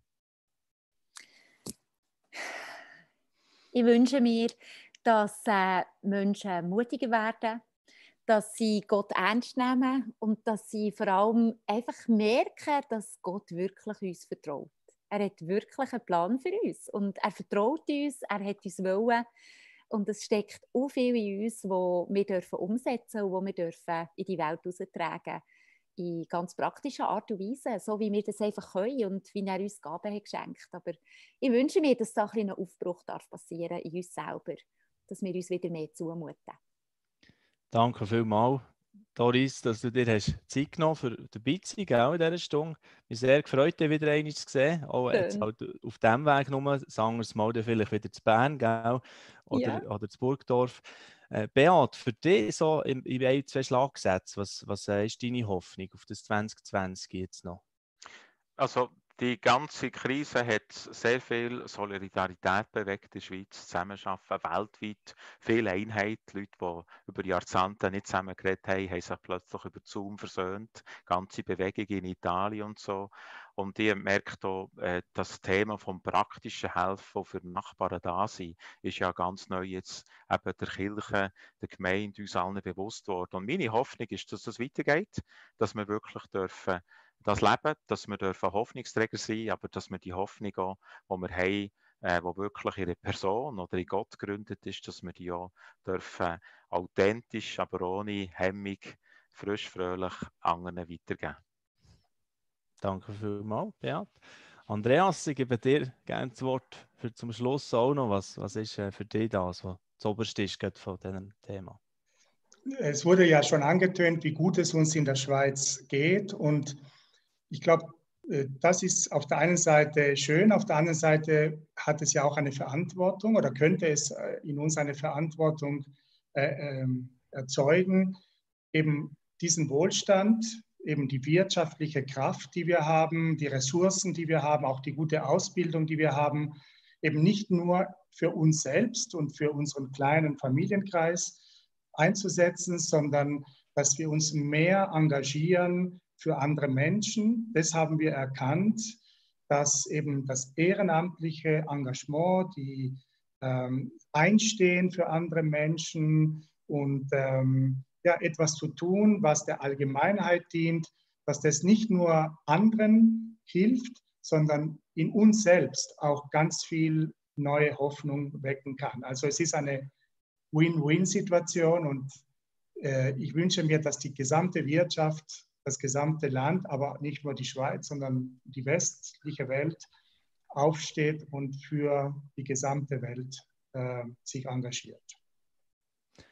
Ich wünsche mir, dass Menschen mutiger werden, dass sie Gott ernst nehmen und dass sie vor allem einfach merken, dass Gott wirklich uns vertraut. Er hat wirklich einen Plan für uns und er vertraut uns, er hat uns wollen. Und es steckt auch viel in uns, was wir umsetzen dürfen und was wir in die Welt heraustragen, in ganz praktischer Art und Weise, so wie wir das einfach können und wie er uns Gaben hat geschenkt. Aber ich wünsche mir, dass da ein Aufbruch passieren darf in uns selber, dass wir uns wieder mehr zumuten. Danke vielmals, Doris, dass du dir Zeit genommen hast, für dabei zu sein, in dieser Stunde. Ich bin sehr gefreut, dich wieder einmal zu sehen. Auch jetzt halt auf diesem Weg nur, ein anderes Mal dann vielleicht wieder zu Bern, oder zu Burgdorf. Beat, für dich so in 1, 2 Schlagsätzen, was ist deine Hoffnung auf das 2020 jetzt noch? Also die ganze Krise hat sehr viel Solidarität bewegt in der Schweiz, Zusammenarbeiten weltweit, viel Einheit, Leute, die über Jahrzehnte nicht zusammen geredet haben, haben sich plötzlich über Zoom versöhnt, ganze Bewegung in Italien und so. Und ich merke auch, das Thema vom praktischen Helfen, für Nachbarn da sind, ist ja ganz neu jetzt eben der Kirche, der Gemeinde, uns allen bewusst worden. Und meine Hoffnung ist, dass das weitergeht, dass wir wirklich dürfen das Leben, dass wir Hoffnungsträger sein dürfen, aber dass wir die Hoffnung auch, die wir haben, die wirklich in einer Person oder in Gott gegründet ist, dass wir die auch dürfen authentisch, aber ohne Hemmung, frisch, fröhlich anderen weitergeben. Danke vielmals, Beat. Andreas, ich gebe dir gerne das Wort für zum Schluss auch noch. Was ist für dich das, was das Oberste ist von diesem Thema? Es wurde ja schon angetönt, wie gut es uns in der Schweiz geht. Und ich glaube, das ist auf der einen Seite schön, auf der anderen Seite hat es ja auch eine Verantwortung oder könnte es in uns eine Verantwortung erzeugen, eben diesen Wohlstand, eben die wirtschaftliche Kraft, die wir haben, die Ressourcen, die wir haben, auch die gute Ausbildung, die wir haben, eben nicht nur für uns selbst und für unseren kleinen Familienkreis einzusetzen, sondern dass wir uns mehr engagieren für andere Menschen. Das haben wir erkannt, dass eben das ehrenamtliche Engagement, die Einstehen für andere Menschen und etwas zu tun, was der Allgemeinheit dient, dass das nicht nur anderen hilft, sondern in uns selbst auch ganz viel neue Hoffnung wecken kann. Also es ist eine Win-Win-Situation und ich wünsche mir, dass die gesamte Wirtschaft, das gesamte Land, aber nicht nur die Schweiz, sondern die westliche Welt aufsteht und für die gesamte Welt sich engagiert.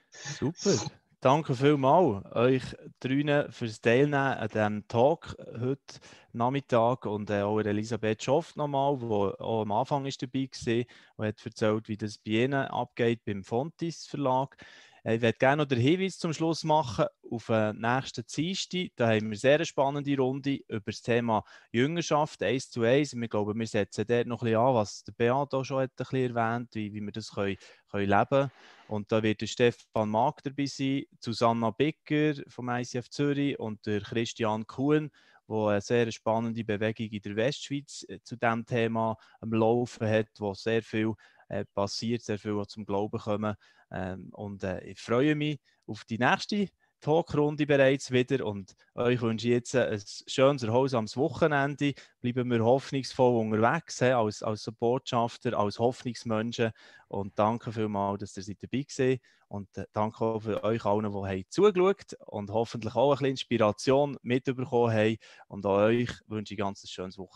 Super. Danke vielmals euch drinnen fürs Teilnehmen an diesem Talk heute Nachmittag und auch Elisabeth Schoft nochmal, die auch am Anfang ist dabei war und hat erzählt, wie das bei ihnen abgeht beim Fontis Verlag. Ich werde gerne noch den Hinweis zum Schluss machen auf den nächsten Dienstag. Da haben wir eine sehr spannende Runde über das Thema Jüngerschaft 1:1. Wir glauben, wir setzen dort noch ein bisschen an, was der Beat auch schon ein bisschen erwähnt, wie wir das können leben. Und da wird der Stefan Mag dabei sein, Susanna Bicker vom ICF Zürich und der Christian Kuhn, der eine sehr spannende Bewegung in der Westschweiz zu diesem Thema am Laufen hat, wo sehr viel passiert, sehr viel zum Glauben kommen. Ich freue mich auf die nächste Talkrunde bereits wieder und euch wünsche ich jetzt ein schönes, erholsames Wochenende. Bleiben wir hoffnungsvoll unterwegs als Botschafter, als Hoffnungsmenschen und danke vielmals, dass ihr dabei seid und danke auch für euch allen, die zugeschaut haben und hoffentlich auch ein bisschen Inspiration mitbekommen haben und auch euch wünsche ich ganz ein schönes Wochenende.